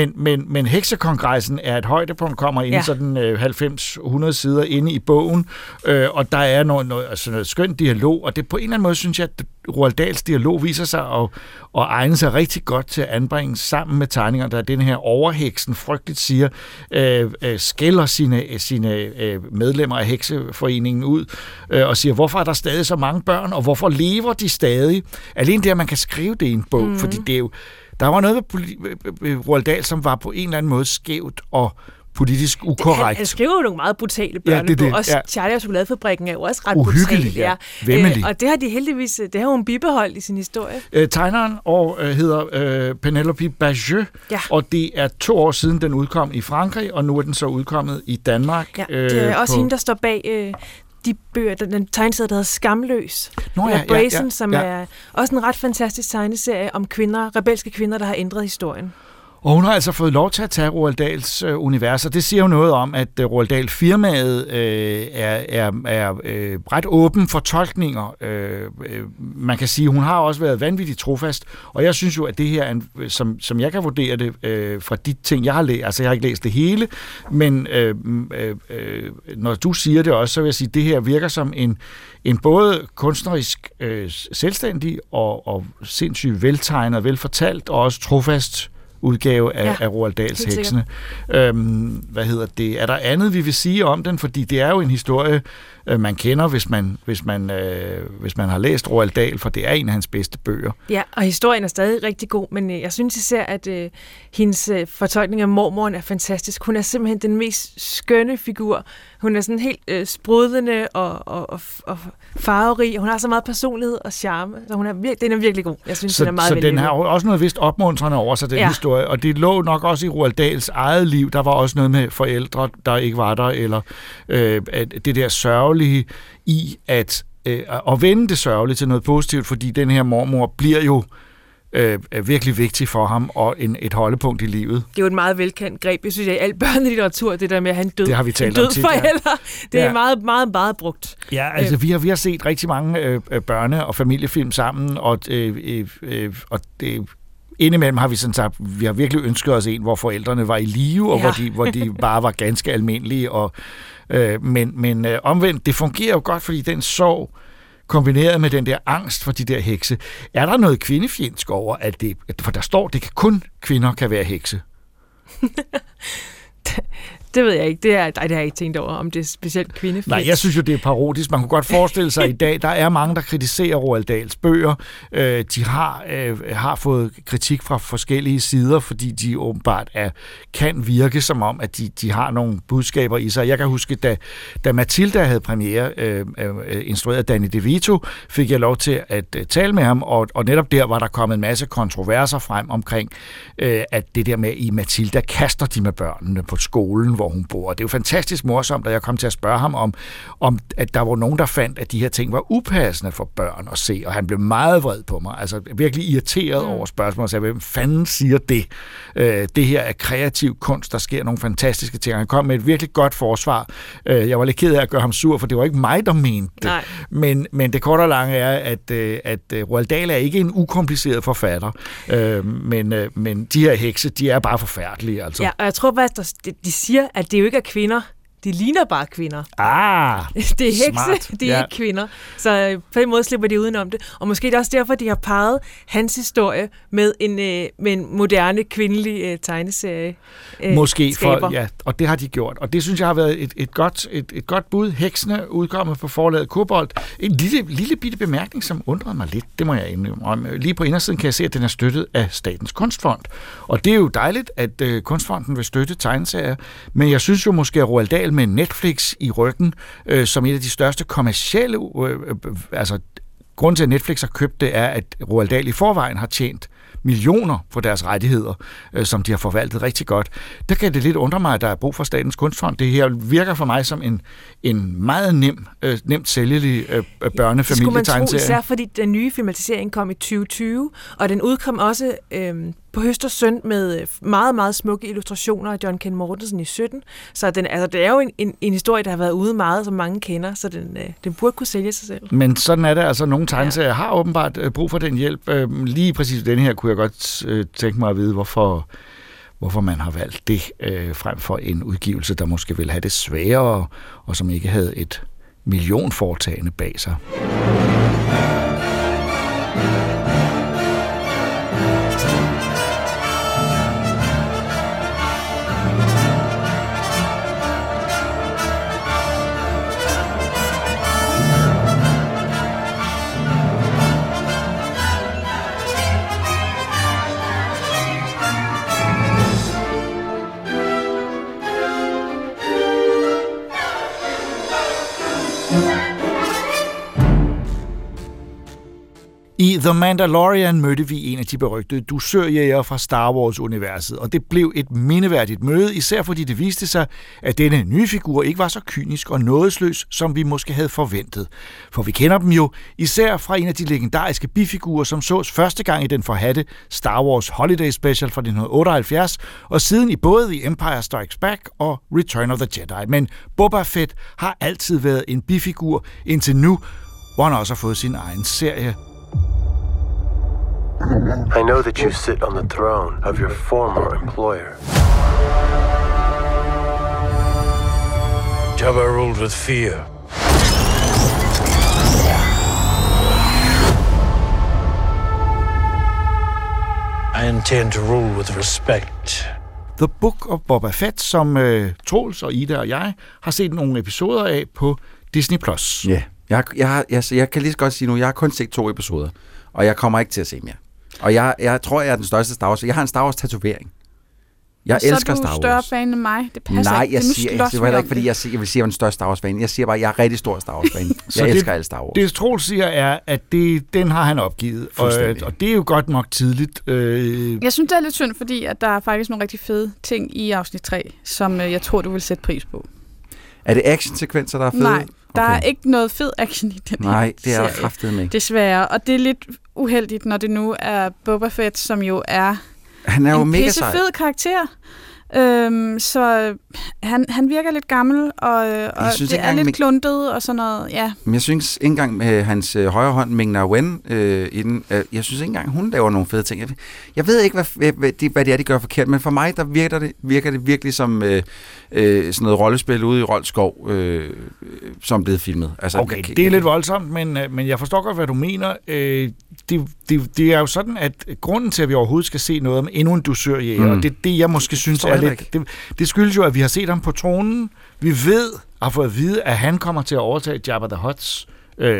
Men heksekongressen er et højdepunkt, kommer ind sådan 90-100 sider inde i bogen, og der er noget skønt dialog, og det på en eller anden måde, synes jeg, at Roald Dahls dialog viser sig at egne sig rigtig godt til at anbringe sammen med tegninger, der den her overheksen frygteligt siger, skælder sine medlemmer af hekseforeningen ud, og siger, hvorfor er der stadig så mange børn, og hvorfor lever de stadig? Alene det, at man kan skrive det i en bog, fordi det er jo, der var noget ved Roald Dahl, som var på en eller anden måde skævt og politisk ukorrekt. Han skriver jo nogle meget brutale børnebøger. Også Charlie og Chokoladefabrikken er jo også ret brutal. Og det har de heldigvis, det har hun bibeholdt i sin historie. Tegneren hedder Penelope Bagieux, og det er 2 år siden, den udkom i Frankrig, og nu er den så udkommet i Danmark. Ja, det er også hende, der står bag de bøger, den tegneserie, der hedder Skamløs. Brazen, som er også en ret fantastisk tegneserie om rebelske kvinder, der har ændret historien. Og hun har altså fået lov til at tage Roald Dahls univers, og det siger jo noget om, at Roald Dahl firmaet er ret åben for tolkninger. Man kan sige, at hun har også været vanvittigt trofast, og jeg synes jo, at det her, som jeg kan vurdere det fra de ting, jeg har læst, altså jeg har ikke læst det hele, men når du siger det også, så vil jeg sige, at det her virker som en både kunstnerisk selvstændig og sindssygt veltegnet, velfortalt, og også trofast udgave af Roald Dahls heksene. Er der andet, vi vil sige om den? Fordi det er jo en historie, man kender, hvis man har læst Roald Dahl, for det er en af hans bedste bøger. Ja, og historien er stadig rigtig god, men jeg synes især, at hendes fortolkning af mormoren er fantastisk. Hun er simpelthen den mest skønne figur. Hun er sådan helt sprudlende og farverig, og hun har så meget personlighed og charme, så den er virkelig god. Jeg synes, den er meget så den har også noget vist opmuntrende over sig, den historie, og det lå nok også i Roald Dahls eget liv. Der var også noget med forældre, der ikke var der, eller det der sørgelige i, at at vende det sørgelige til noget positivt, fordi den her mormor bliver jo virkelig vigtig for ham, og et holdepunkt i livet. Det er jo et meget velkendt greb. Jeg synes, at i al børnelitteratur, det der med, at han død, det har vi talt om tit, forælder, det er meget, meget, meget brugt. Ja, altså vi har set rigtig mange børne- og familiefilm sammen, og det indimellem har vi sådan sagt, vi har virkelig ønsket os en, hvor forældrene var i live, og hvor de bare var ganske almindelige. Men omvendt, det fungerer jo godt, fordi den sorg, kombineret med den der angst for de der hekse, er der noget kvindefjendsk over, for der står, det kan kun kvinder kan være hekse. Det ved jeg ikke. Det har jeg ikke tænkt over, om det er specielt kvindefjendsk. Nej, jeg synes jo, det er parodisk. Man kunne godt forestille sig i dag, der er mange, der kritiserer Roald Dahls bøger. De har fået kritik fra forskellige sider, fordi de åbenbart kan virke som om, at de har nogle budskaber i sig. Jeg kan huske, da Matilda havde premiere, instrueret af Danny DeVito, fik jeg lov til at tale med ham, og netop der var der kommet en masse kontroverser frem omkring, at det der med, i Matilda kaster de med børnene på skolen, hvor hun bor. Det er jo fantastisk morsomt, da jeg kom til at spørge ham om at der var nogen, der fandt, at de her ting var upassende for børn at se, og han blev meget vred på mig, altså virkelig irriteret over spørgsmålet, og sagde, hvem fanden siger det? Det her er kreativ kunst, der sker nogle fantastiske ting. Han kom med et virkelig godt forsvar. Jeg var lidt ked af at gøre ham sur, for det var ikke mig, der mente det. Men det korte og lange er, at Roald Dahl er ikke en ukompliceret forfatter, men de her hekse, de er bare forfærdelige. Altså. Ja, og jeg tror faktisk, de siger, at det jo ikke er kvinder. De ligner bare kvinder. Det er hekse, smart. Det er ikke kvinder. Så på en måde slipper de udenom det. Og måske det er også derfor, de har parret hans historie med en moderne kvindelig tegneserie. Måske, og det har de gjort. Og det synes jeg har været et godt bud. Heksene udkommet på forlaget Kobold. En lille bitte bemærkning, som undrede mig lidt. Det må jeg indrømme. Lige på indersiden kan jeg se, at den er støttet af Statens Kunstfond. Og det er jo dejligt, at Kunstfonden vil støtte tegneserier. Men jeg synes jo måske, at Roald Dahl med Netflix i ryggen, som et af de største kommercielle, grunden til, at Netflix har købt det, er, at Roald Dahl i forvejen har tjent millioner for deres rettigheder, som de har forvaltet rigtig godt. Der kan det lidt undre mig, at der er brug for Statens Kunstfond. Det her virker for mig som en meget nemt sælgelig børnefamilietegneserie. Det skulle man tro, især fordi den nye filmatisering kom i 2020, og den udkom også på Høst og Søn med meget, meget smukke illustrationer af John Ken Mortensen i 17. Så det er jo en historie, der har været ude meget, som mange kender, så den burde kunne sælge sig selv. Men sådan er det altså. Nogle tegneserier har åbenbart brug for den hjælp. Lige præcis den her kunne jeg godt tænke mig at vide, hvorfor man har valgt det frem for en udgivelse, der måske ville have det sværere, og som ikke havde et millionforetagende bag sig. I The Mandalorian mødte vi en af de berygtede dusørjægere fra Star Wars-universet, og det blev et mindeværdigt møde, især fordi det viste sig, at denne nye figur ikke var så kynisk og nådesløs, som vi måske havde forventet. For vi kender dem jo især fra en af de legendariske bifigurer, som sås første gang i den forhatte Star Wars Holiday Special fra 1978, og siden i både The Empire Strikes Back og Return of the Jedi. Men Boba Fett har altid været en bifigur indtil nu, hvor han også har fået sin egen serie. I know that you sit on the throne of your former employer. Jabba ruled with fear. I intend to rule with respect. The Book of Boba Fett, som Troels og Ida og jeg har set nogle episoder af på Disney+. Ja, jeg kan lige så godt sige nu, jeg har kun set 2 episoder, og jeg kommer ikke til at se mere. Og jeg tror, jeg er den største Star Wars. Jeg har en Star Wars-tatovering. Jeg elsker Star Wars. Så er du større fan end mig? Det passer Nej, ikke. Det var ikke, fordi jeg vil sige, at jeg er en større Star Wars-fan. Jeg siger bare, at jeg er rigtig stor Star Wars-fan. Jeg elsker alle Star Wars. Det Troels siger er, at den har han opgivet. Og det er jo godt nok tidligt. Jeg synes, det er lidt synd, fordi at der er faktisk nogle rigtig fede ting i afsnit 3, som jeg tror, du vil sætte pris på. Er det actionsekvenser, der er fede? Nej, Der er ikke noget fed action i den Nej, det er serie, der kraftedeme ikke. Desværre, og det er lidt uheldigt, når det nu er Boba Fett, som jo er han er jo en mega pissefed karakter. Så han virker lidt gammel, og det er lidt kluntet og sådan noget, ja. Men jeg synes ikke engang med hans højre hånd, Ming-Na Wen, jeg synes ikke engang, hun laver nogle fede ting. Jeg ved ikke, hvad det er, de gør forkert, men for mig, der virker det virkelig som sådan noget rollespil ude i Roldskov, som er blevet filmet. Altså, okay, det er lidt voldsomt, men jeg forstår godt, hvad du mener. Det er jo sådan, at grunden til, at vi overhovedet skal se noget om endnu en dusørjæger, og det jeg måske synes er lidt... Det skyldes jo, at vi har set ham på tronen. Vi har fået at vide, at han kommer til at overtage Jabba the Hutt's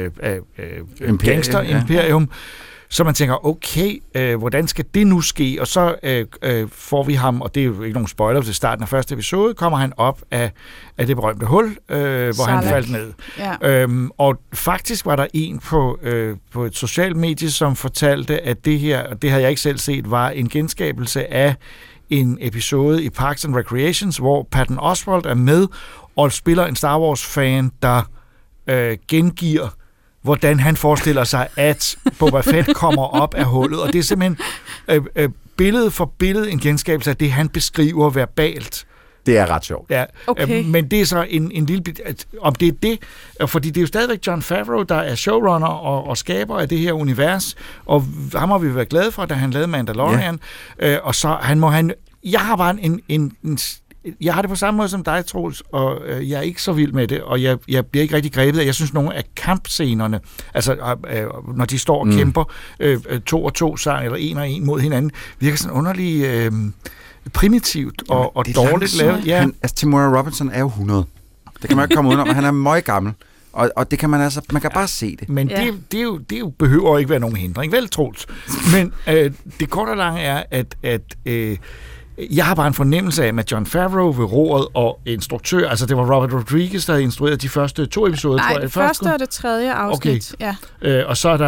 gangster-imperium. Ja. Så man tænker, okay, hvordan skal det nu ske? Og så får vi ham, og det er jo ikke nogen spoiler til starten af første episode, kommer han op af det berømte hul, hvor han faldt ned. Ja. Og faktisk var der en på et socialt medie, som fortalte, at det her, og det havde jeg ikke selv set, var en genskabelse af en episode i Parks and Recreations, hvor Patton Oswalt er med og spiller en Star Wars-fan, der gengiver, hvordan han forestiller sig, at Boba Fett kommer op af hullet. Og det er simpelthen billede for billede en genskabelse af det, han beskriver verbalt. Det er ret sjovt. Ja, okay. Men det er så en lille bit... Om det er det... Fordi det er jo stadigvæk Jon Favreau, der er showrunner og skaber af det her univers, og ham har vi været glade for, da han lavede Mandalorian. Ja. Og så jeg har bare jeg har det på samme måde som dig, Troels, og jeg er ikke så vild med det, og jeg bliver ikke rigtig grebet af. Jeg synes, nogle af kampscenerne, altså når de står og kæmper 2 og 2 sammen, eller 1 og 1 mod hinanden, virker sådan underligt primitivt og dårligt lavet. Ja. Temuera Robinson er jo 100. Det kan man ikke komme udenom, han er meget gammel. Og det kan man altså, man kan bare se det. Men det behøver ikke være nogen hindring, vel, Troels? Men det korte og lange er, at jeg har bare en fornemmelse af, at Jon Favreau ved roret og instruktør, altså det var Robert Rodriguez, der havde instrueret de første 2 episoder, tror jeg. Nej, det første og det tredje afsnit, okay. Ja. Og så er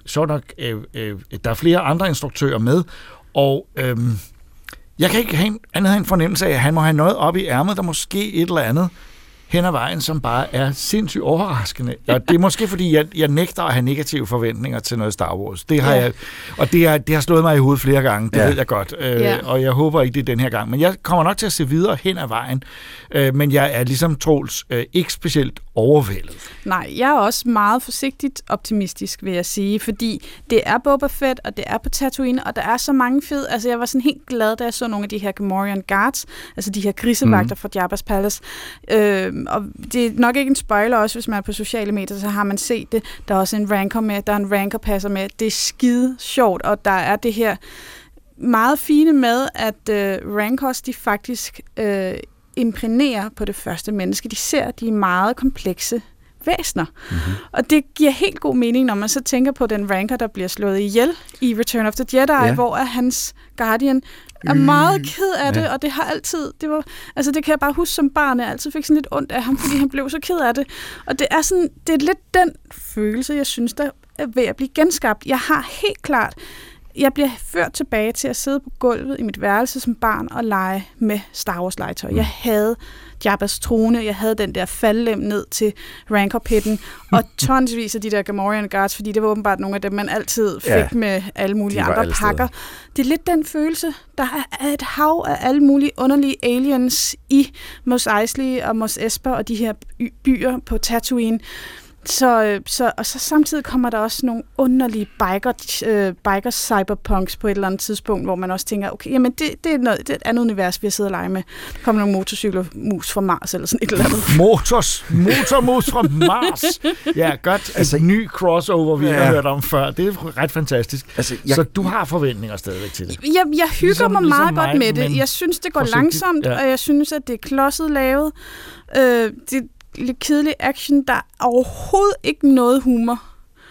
der er flere andre instruktører med, og jeg kan ikke have andet en fornemmelse af, at han må have noget op i ærmet, der måske et eller andet hen ad vejen, som bare er sindssygt overraskende. Og det er måske, fordi jeg nægter at have negative forventninger til noget Star Wars. Det har jeg, og det har slået mig i hovedet flere gange, det ved jeg godt. Og jeg håber ikke, det er den her gang. Men jeg kommer nok til at se videre hen ad vejen. Men jeg er ligesom Troels ikke specielt overvældet. Nej, jeg er også meget forsigtigt optimistisk, vil jeg sige, fordi det er Boba Fett, og det er på Tatooine, og der er så mange fede... Altså, jeg var sådan helt glad, da jeg så nogle af de her Gamorrean Guards, altså de her grisevagter fra Jabba's Palace. Og det er nok ikke en spoiler også, hvis man er på sociale medier, så har man set det. Der er også en Rancor med, der er en Rancor-passer med. Det er skide sjovt, og der er det her meget fine med, at Rancors, de faktisk imprægnerer på det første menneske. De er meget komplekse væsner. Mm-hmm. Og det giver helt god mening, når man så tænker på den Rancor, der bliver slået ihjel i Return of the Jedi, hvor hans Guardian er meget ked af det, og det har altid, det kan jeg bare huske som barn, jeg altid fik sådan lidt ondt af ham, fordi han blev så ked af det. Og det er lidt den følelse, jeg synes, der er ved at blive genskabt. Jeg har helt klart, jeg bliver ført tilbage til at sidde på gulvet i mit værelse som barn og lege med Star Wars legetøj. Jeg havde Jabbas trone, jeg havde den der faldlem ned til Rancor-pitten, og tonsvis af de der Gamorrean Guards, fordi det var åbenbart nogle af dem, man altid fik med alle mulige andre pakker. Det er lidt den følelse, der er et hav af alle mulige underlige aliens i Mos Eisley og Mos Espa og de her byer på Tatooine. Så samtidig kommer der også nogle underlige biker cyberpunks på et eller andet tidspunkt, hvor man også tænker, okay, jamen det er et andet univers, vi har siddet og lege med. Der kommer nogle motorcykelmus fra Mars eller sådan et eller andet. Motormus fra Mars! Ja, godt. Altså, en ny crossover, vi har hørt om før. Det er ret fantastisk. Altså, så du har forvændinger stadigvæk til det? Jeg hygger mig meget godt med det. Jeg synes, det går langsomt, og jeg synes, at det er klodset lavet. Det lidt kedelig action, der er overhovedet ikke noget humor.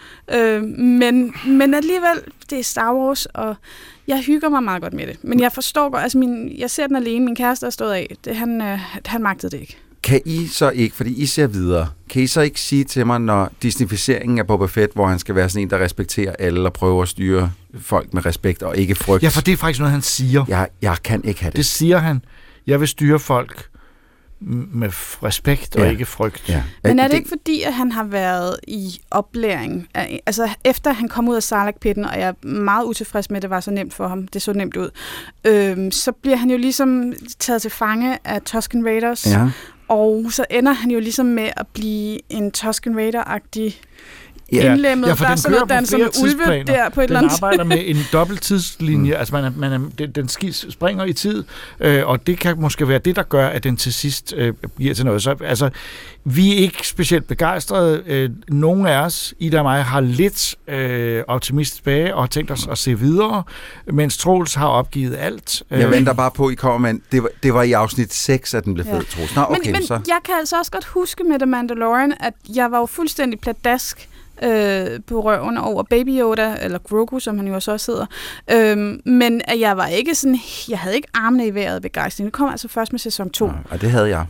Men alligevel, det er Star Wars, og jeg hygger mig meget godt med det. Men jeg forstår godt, altså jeg ser den alene, min kæreste er stået af. Han magtede det ikke. Kan I så ikke, fordi I ser videre, kan I så ikke sige til mig, når Disneyficeringen af Boba Fett, hvor han skal være sådan en, der respekterer alle og prøver at styre folk med respekt og ikke frygt? Ja, for det er faktisk noget, han siger. Jeg kan ikke have det. Det siger han. Jeg vil styre folk med respekt og ikke frygt. Ja. Men er det ikke fordi, at han har været i oplæring? Altså efter han kom ud af Sarlacc-pitten, og jeg er meget utilfreds med, at det var så nemt for ham, det så nemt ud, så bliver han jo ligesom taget til fange af Tusken Raiders, og så ender han jo ligesom med at blive en Tusken Raider-agtig indlemmet. Ja, for der er den sådan noget danser med ulve der på et eller andet. Den arbejder med en dobbelt tidslinje, altså den springer i tid, og det kan måske være det, der gør, at den til sidst bliver til noget. Så altså, vi er ikke specielt begejstrede. Nogle af os, Ida og mig, har lidt optimist tilbage og har tænkt os at se videre, mens Troels har opgivet alt. Jeg venter bare på, I kommer med det var i afsnit 6, at den blev fed, Troels. Nå, okay, men så. Jeg kan altså også godt huske med The Mandalorian, at jeg var jo fuldstændig pladask på røven over Baby Yoda, eller Grogu, som han jo også hedder. Men jeg var ikke sådan, jeg havde ikke armene i vejret begejstring. Det kom altså først med sæson 2. Og det havde jeg.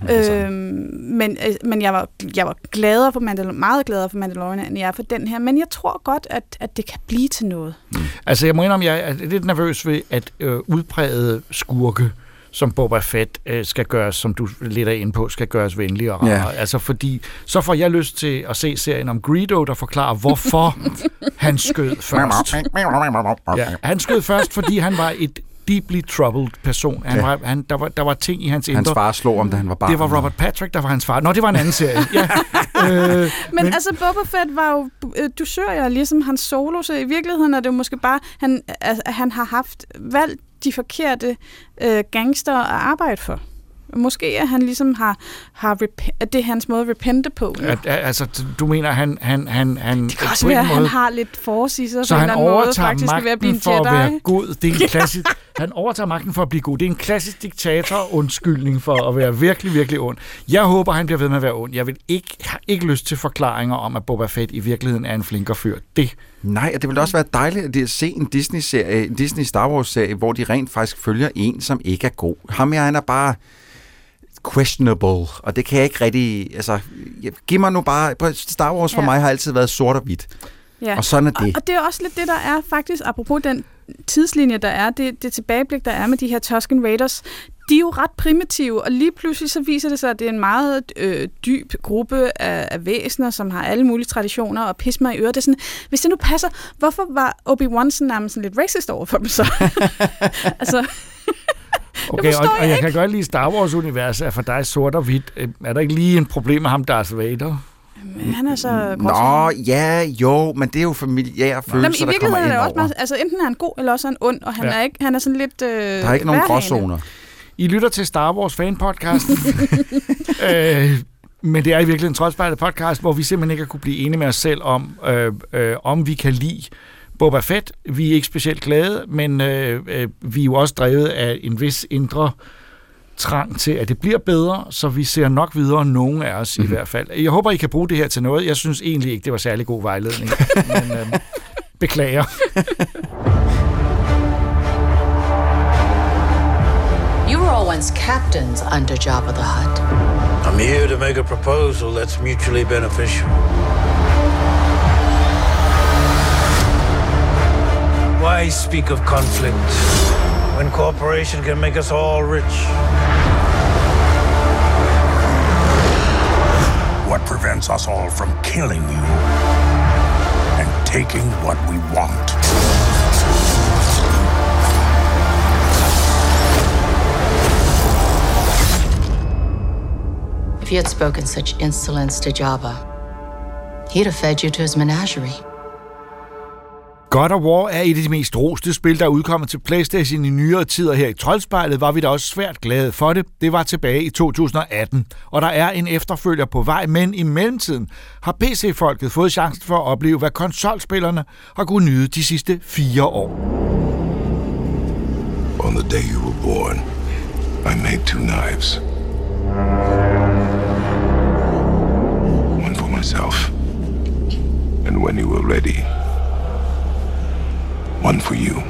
Men jeg var gladere for meget gladere for Mandalorian, end jeg er for den her. Men jeg tror godt, at det kan blive til noget. Altså, jeg må indrømme, jeg er lidt nervøs ved, at udprægede skurke som Boba Fett skal gøres, som du lidt er inde på, skal gøres venligere. Ja. Altså fordi, så får jeg lyst til at se serien om Greedo, der forklarer, hvorfor han skød først. Ja, han skød først, fordi han var et deeply troubled person. Der var ting i hans indre. Hans far slog om, da han var barn. Det var Robert Patrick, der var hans far. Nå, det var en anden serie. Ja. Men altså, Boba Fett var jo dusør, ligesom hans solo, så i virkeligheden er det jo måske bare, han har haft valgt de forkerte gangster at arbejde for. Måske at han ligesom at det er hans måde at repente på. Altså, du mener, han det kan også være, at han har lidt force i sig, så han overtager faktisk magten for at være god. Det er en klassisk, han overtager magten for at blive god. Det er en klassisk diktator-undskyldning for at være virkelig, virkelig ond. Jeg håber, han bliver ved med at være ond. Jeg har ikke lyst til forklaringer om, at Boba Fett i virkeligheden er en flinkere fyr. Nej, og det ville også være dejligt at se en Disney-serie, en Disney Star Wars-serie, hvor de rent faktisk følger en, som ikke er god. Ham han er bare questionable, og det kan jeg ikke rigtig. Altså, giv mig nu bare. Star Wars for mig har altid været sort og hvidt. Ja. Og sådan er det. Og det er også lidt det, der er faktisk, apropos den tidslinje, der er, det tilbageblik, der er med de her Tusken Raiders. De er jo ret primitive, og lige pludselig så viser det sig, at det er en meget dyb gruppe af væsener, som har alle mulige traditioner og pismer i øret. Det er sådan, hvis det nu passer, hvorfor var Obi-Wan sådan nærmest lidt racist over for dem så? Altså... Okay, og jeg kan godt lide Star Wars-universet, er for dig sort og hvidt. Er der ikke lige en problem med ham, Darth Vader? Men han er så... men det er jo familiære følelser, der kommer ind over. Meget, altså enten er han god, eller også er han ond, og han er sådan lidt... der er ikke nogen gråzoner. I lytter til Star Wars fan-podcasten. Men det er i virkeligheden en Troldspejlet podcast, hvor vi simpelthen ikke har kunne blive enige med os selv om vi kan lide Boba Fett. Vi er ikke specielt glade, men vi er jo også drevet af en vis indre trang til, at det bliver bedre, så vi ser nok videre, nogen af os i hvert fald. Jeg håber, I kan bruge det her til noget. Jeg synes egentlig ikke, det var særlig god vejledning, men beklager. You were all once captains under Jabba the Hutt. I'm here to make a proposal that's mutually beneficial. Why speak of conflict when cooperation can make us all rich? What prevents us all from killing you and taking what we want? If you had spoken such insolence to Jabba, he'd have fed you to his menagerie. God of War er et af de mest roste spil, der er udkommet til PlayStation i nyere tider. Her i Troldspejlet var vi da også svært glade for det. Det var tilbage i 2018, og der er en efterfølger på vej, men i mellemtiden har PC-folket fået chancen for at opleve, hvad konsolspillerne har kunnet nyde de sidste 4 år. On the day you were born, I made 2 knives. One for myself, and when you were ready, one for you.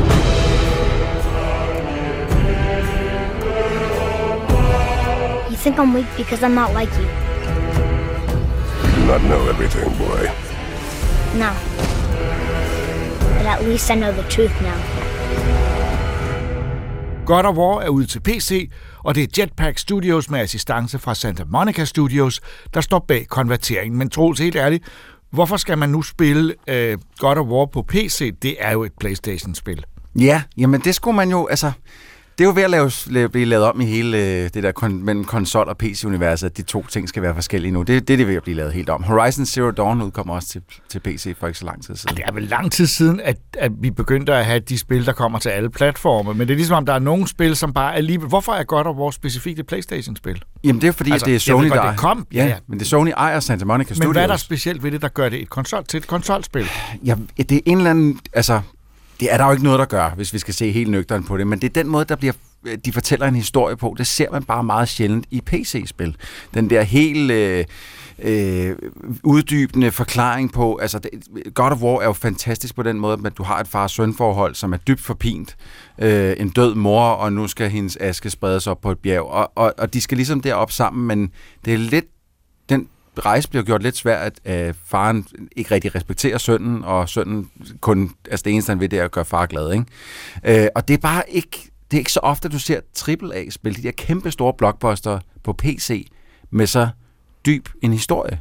You think I'm weak because I'm not like you? You do not know everything, boy. No. But at least I know the truth now. God of War er ude til PC, og det er Jetpack Studios med assistance fra Santa Monica Studios, der står bag konverteringen. Men Troels, helt ærligt, hvorfor skal man nu spille God of War på PC? Det er jo et PlayStation-spil. Ja, jamen det skulle man jo, altså... Det er jo ved at blive lavet om i hele det der mellem konsol- og PC-universet, at de to ting skal være forskellige nu. Det er ved at blive lavet helt om. Horizon Zero Dawn udkommer også til PC for ikke så lang tid siden. Det er vel lang tid siden, at vi begyndte at have de spil, der kommer til alle platforme. Men det er ligesom, om der er nogle spil, som bare alligevel... Hvorfor er God of War specifikt et PlayStation-spil? Jamen det er fordi, det er Sony, der... Det kom, ja, men det er Sony ejer Santa Monica Studios. Men hvad er der specielt ved det, der gør det til et konsolspil? Ja, det er en eller anden... Altså, det er der jo ikke noget, der gør, hvis vi skal se helt nøgteren på det. Men det er den måde, de fortæller en historie på. Det ser man bare meget sjældent i PC-spil. Den der helt uddybende forklaring på... Altså, God of War er jo fantastisk på den måde, at du har et far-søn-forhold, som er dybt forpint. En død mor, og nu skal hendes aske spredes op på et bjerg. Og de skal ligesom derop sammen, men det er lidt... Den rejse bliver gjort lidt svært, at faren ikke rigtig respekterer sønnen, og sønnen kun... Altså det eneste, han ved, det er at gøre far glad, ikke? Og det er bare ikke... Det er ikke så ofte, at du ser AAA-spil, de der kæmpe store blockbuster på PC, med så dyb en historie.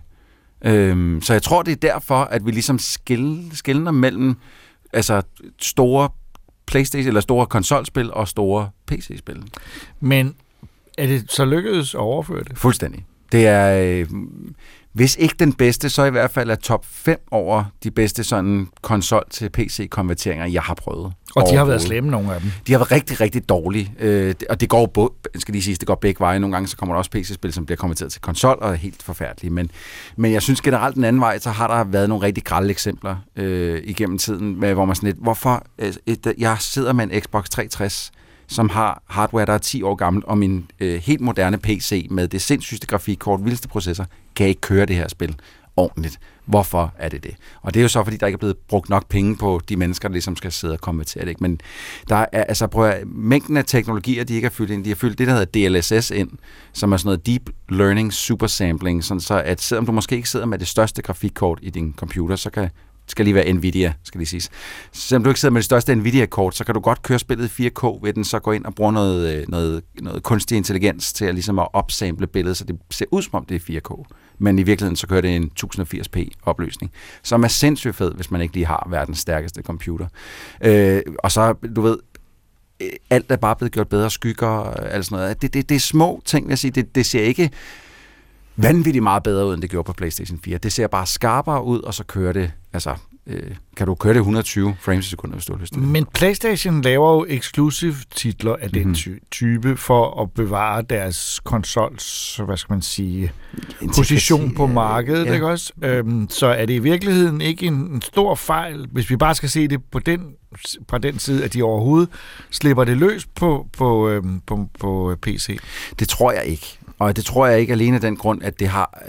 Så jeg tror, det er derfor, at vi ligesom skiller mellem altså store PlayStation eller store konsolspil og store PC-spil. Men er det så lykkedes at overføre det? Fuldstændig. Det er, hvis ikke den bedste, så i hvert fald er top 5 over de bedste sådan konsol til PC-konverteringer, jeg har prøvet. Og de har været slemme, nogle af dem. De har været rigtig, rigtig dårlige. Og det går skal lige sige, det går begge veje. Nogle gange så kommer der også PC-spil, som bliver konverteret til konsol, og er helt forfærdelige. Men jeg synes generelt den anden vej, så har der været nogle rigtig grelle eksempler igennem tiden, med, hvor man sådan lidt, hvorfor jeg sidder med en Xbox 360, som har hardware, der er 10 år gammel, og min helt moderne PC med det sindssygste grafikkort, vildeste processor, kan ikke køre det her spil ordentligt. Hvorfor er det det? Og det er jo så, fordi der ikke er blevet brugt nok penge på de mennesker, der ligesom skal sidde og konvertere det. Ikke? Men der er, altså mængden af teknologier, de ikke har fyldt ind, de har fyldt det, der hedder DLSS ind, som er sådan noget Deep Learning Super Sampling, sådan så at selvom du måske ikke sidder med det største grafikkort i din computer, så skal lige være Nvidia, skal lige siges. Selvom du ikke sidder med det største Nvidia-kort, så kan du godt køre spillet i 4K ved den, så gå ind og bruge noget kunstig intelligens til at ligesom at opsample billedet, så det ser ud som om det er 4K. Men i virkeligheden så kører det en 1080p opløsning, som er sindssygt fed, hvis man ikke lige har verdens stærkeste computer. Og så, du ved, alt er bare blevet gjort bedre, skygger og alt sådan noget. Det er små ting, vil jeg sige. Det ser ikke vanvittigt meget bedre ud, end det gjorde på PlayStation 4. Det ser bare skarpere ud, og så kører det, altså, kan du køre det 100 frames i sekundet, hvis du har lyst til det. Men PlayStation laver jo exclusive titler af den type for at bevare deres konsols, hvad skal man sige, position på markedet, ja. Ikke også? Så er det i virkeligheden ikke en stor fejl, hvis vi bare skal se det på den side, at de overhovedet slipper det løs på PC? Det tror jeg ikke. Og det tror jeg ikke alene af den grund, at det har...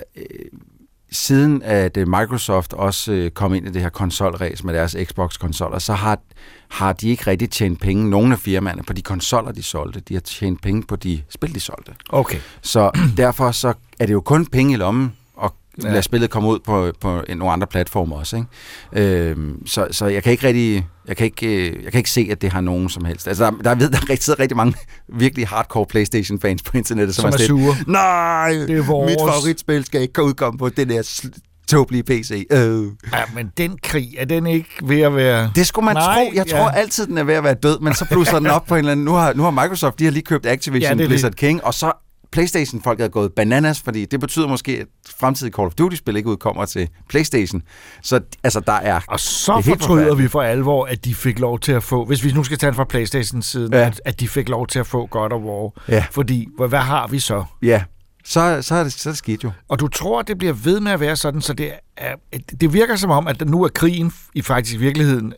Siden at Microsoft også kom ind i det her konsolræs med deres Xbox-konsoller, så har de ikke rigtig tjent penge, nogen af firmaerne, på de konsoller, de solgte. De har tjent penge på de spil, de solgte. Okay. Så derfor så er det jo kun penge i lommen, og lade spillet komme ud på nogle andre platformer også. Ikke? Så jeg kan ikke rigtig... Jeg kan ikke se, at det har nogen som helst. Altså, der sidder rigtig mange virkelig hardcore PlayStation-fans på internettet, som er sure. Nej, det er vores. Mit favoritspil skal ikke udkomme på den der tåbelige PC. Ja, men den krig, er den ikke ved at være... Det skulle man tro. Jeg tror altid, den er ved at være død, men så plusser den op på en eller anden... Nu har Microsoft, de har lige købt Activision Blizzard King, og så PlayStation-folk er gået bananas, fordi det betyder måske, at fremtidige Call of Duty-spil ikke udkommer til PlayStation. Så altså, der er... Og så fortryder vi for alvor, at de fik lov til at få, hvis vi nu skal tage fra PlayStation-siden, at de fik lov til at få God of War. Ja. Fordi, hvad har vi så? Ja, så er det skidt jo. Og du tror, at det bliver ved med at være sådan, så det virker som om, at nu er krigen i faktisk virkeligheden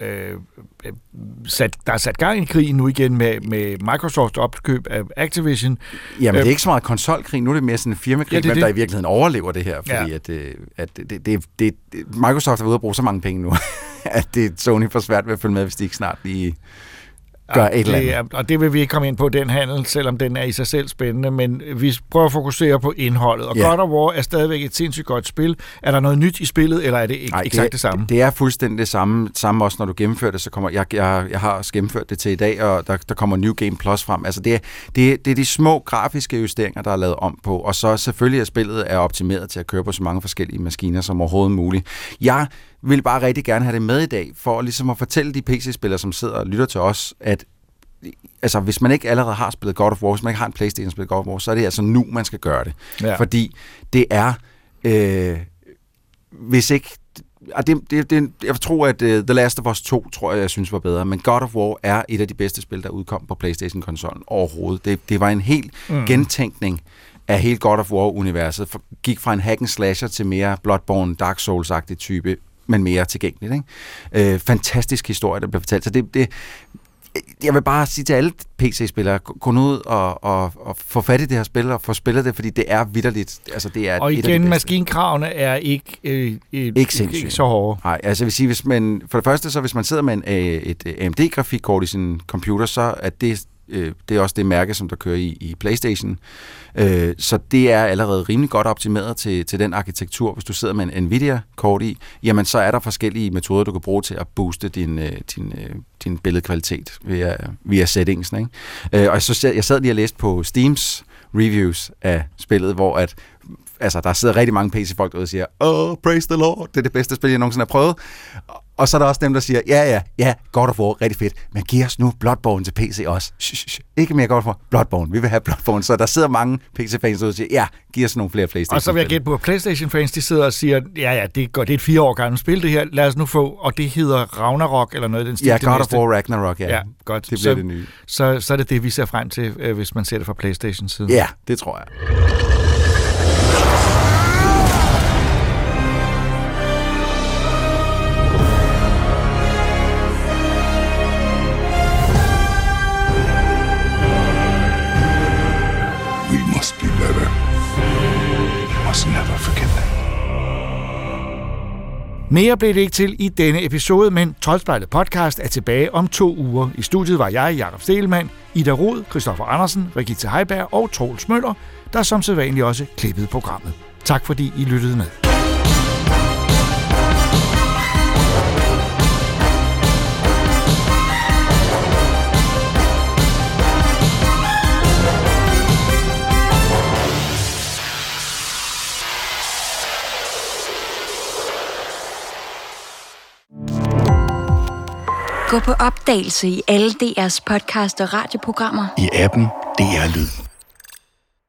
der er sat gang i krigen nu igen med Microsofts opkøb af Activision. Jamen, det er ikke så meget konsolkrig, nu er det mere sådan en firmakrig, men der i virkeligheden overlever det her, fordi at Microsoft er ude at bruge så mange penge nu, at Sony får svært ved at følge med, hvis de ikke snart lige... gør et eller andet. Og det vil vi ikke komme ind på, den handel, selvom den er i sig selv spændende, men vi prøver at fokusere på indholdet. Og God of War er stadigvæk et sindssygt godt spil. Er der noget nyt i spillet, eller er det ikke exakt det samme? Det er fuldstændig det samme også, når du gennemfører det, så kommer... Jeg har også gennemført det til i dag, og der kommer New Game Plus frem. Altså, det er de små grafiske justeringer, der er lavet om på, og så selvfølgelig, at spillet er optimeret til at køre på så mange forskellige maskiner som overhovedet muligt. Jeg vil bare rigtig gerne have det med i dag, for ligesom at fortælle de PC-spillere, som sidder og lytter til os, at altså, hvis man ikke allerede har spillet God of War, hvis man ikke har en PlayStation spillet God of War, så er det altså nu, man skal gøre det. Ja. Fordi det er... hvis ikke... Jeg tror, at The Last of Us 2, jeg synes var bedre, men God of War er et af de bedste spil, der udkom på PlayStation-konsollen overhovedet. Det var en helt gentænkning af hele God of War-universet. Gik fra en hack and slasher til mere Bloodborne, Dark Souls-agtig type, men mere tilgængeligt. Ikke? Fantastisk historie, der bliver fortalt. Så jeg vil bare sige til alle PC-spillere, gå ud og få fat i det her spil og få spillet det, fordi det er vitterligt. Altså, det er og igen, maskinkravene er ikke så hårde. Nej, altså jeg vil sige, hvis man, for det første, så hvis man sidder med et AMD-grafikkort i sin computer, så er det er også det mærke, som der kører i PlayStation. Så det er allerede rimelig godt optimeret til den arkitektur. Hvis du sidder med en Nvidia-kort i, jamen så er der forskellige metoder, du kan bruge til at booste din billedkvalitet via settingsen. Ikke? Og jeg sad lige og læste på Steams reviews af spillet, hvor der sidder rigtig mange PC-folk derude og siger, praise the Lord, det er det bedste spil, jeg nogensinde har prøvet. Og så er der også dem, der siger, ja, God of War, rigtig fedt, men giv os nu Bloodborne til PC også. Ikke mere God of War, Bloodborne, vi vil have Bloodborne. Så der sidder mange PC-fans derude og siger, ja, giv os nogle flere PlayStation. Og så vil jeg gætte på, at PlayStation-fans, de sidder og siger, ja, det er godt, det er et 4 år gammelt spil, det her, lad os nu få, og det hedder Ragnarok, eller noget i den stil. Ja, God of War Ragnarok, ja. Godt. Det bliver det nye. Så er det det, vi ser frem til, hvis man ser det fra PlayStation-siden. Ja, det tror jeg. Must be better. Must never forget them. Mere blev det ikke til i denne episode, men Troldspejlet podcast er tilbage om 2 uger. I studiet var jeg, Jakob Stegelmann, Ida Rod, Christoffer Andersen, Regitze Heiberg og Troels Møller, der som sædvanligt også klippede programmet. Tak fordi I lyttede med. Gå på opdagelse i alle DR's podcast og radioprogrammer. I appen DR Lyd.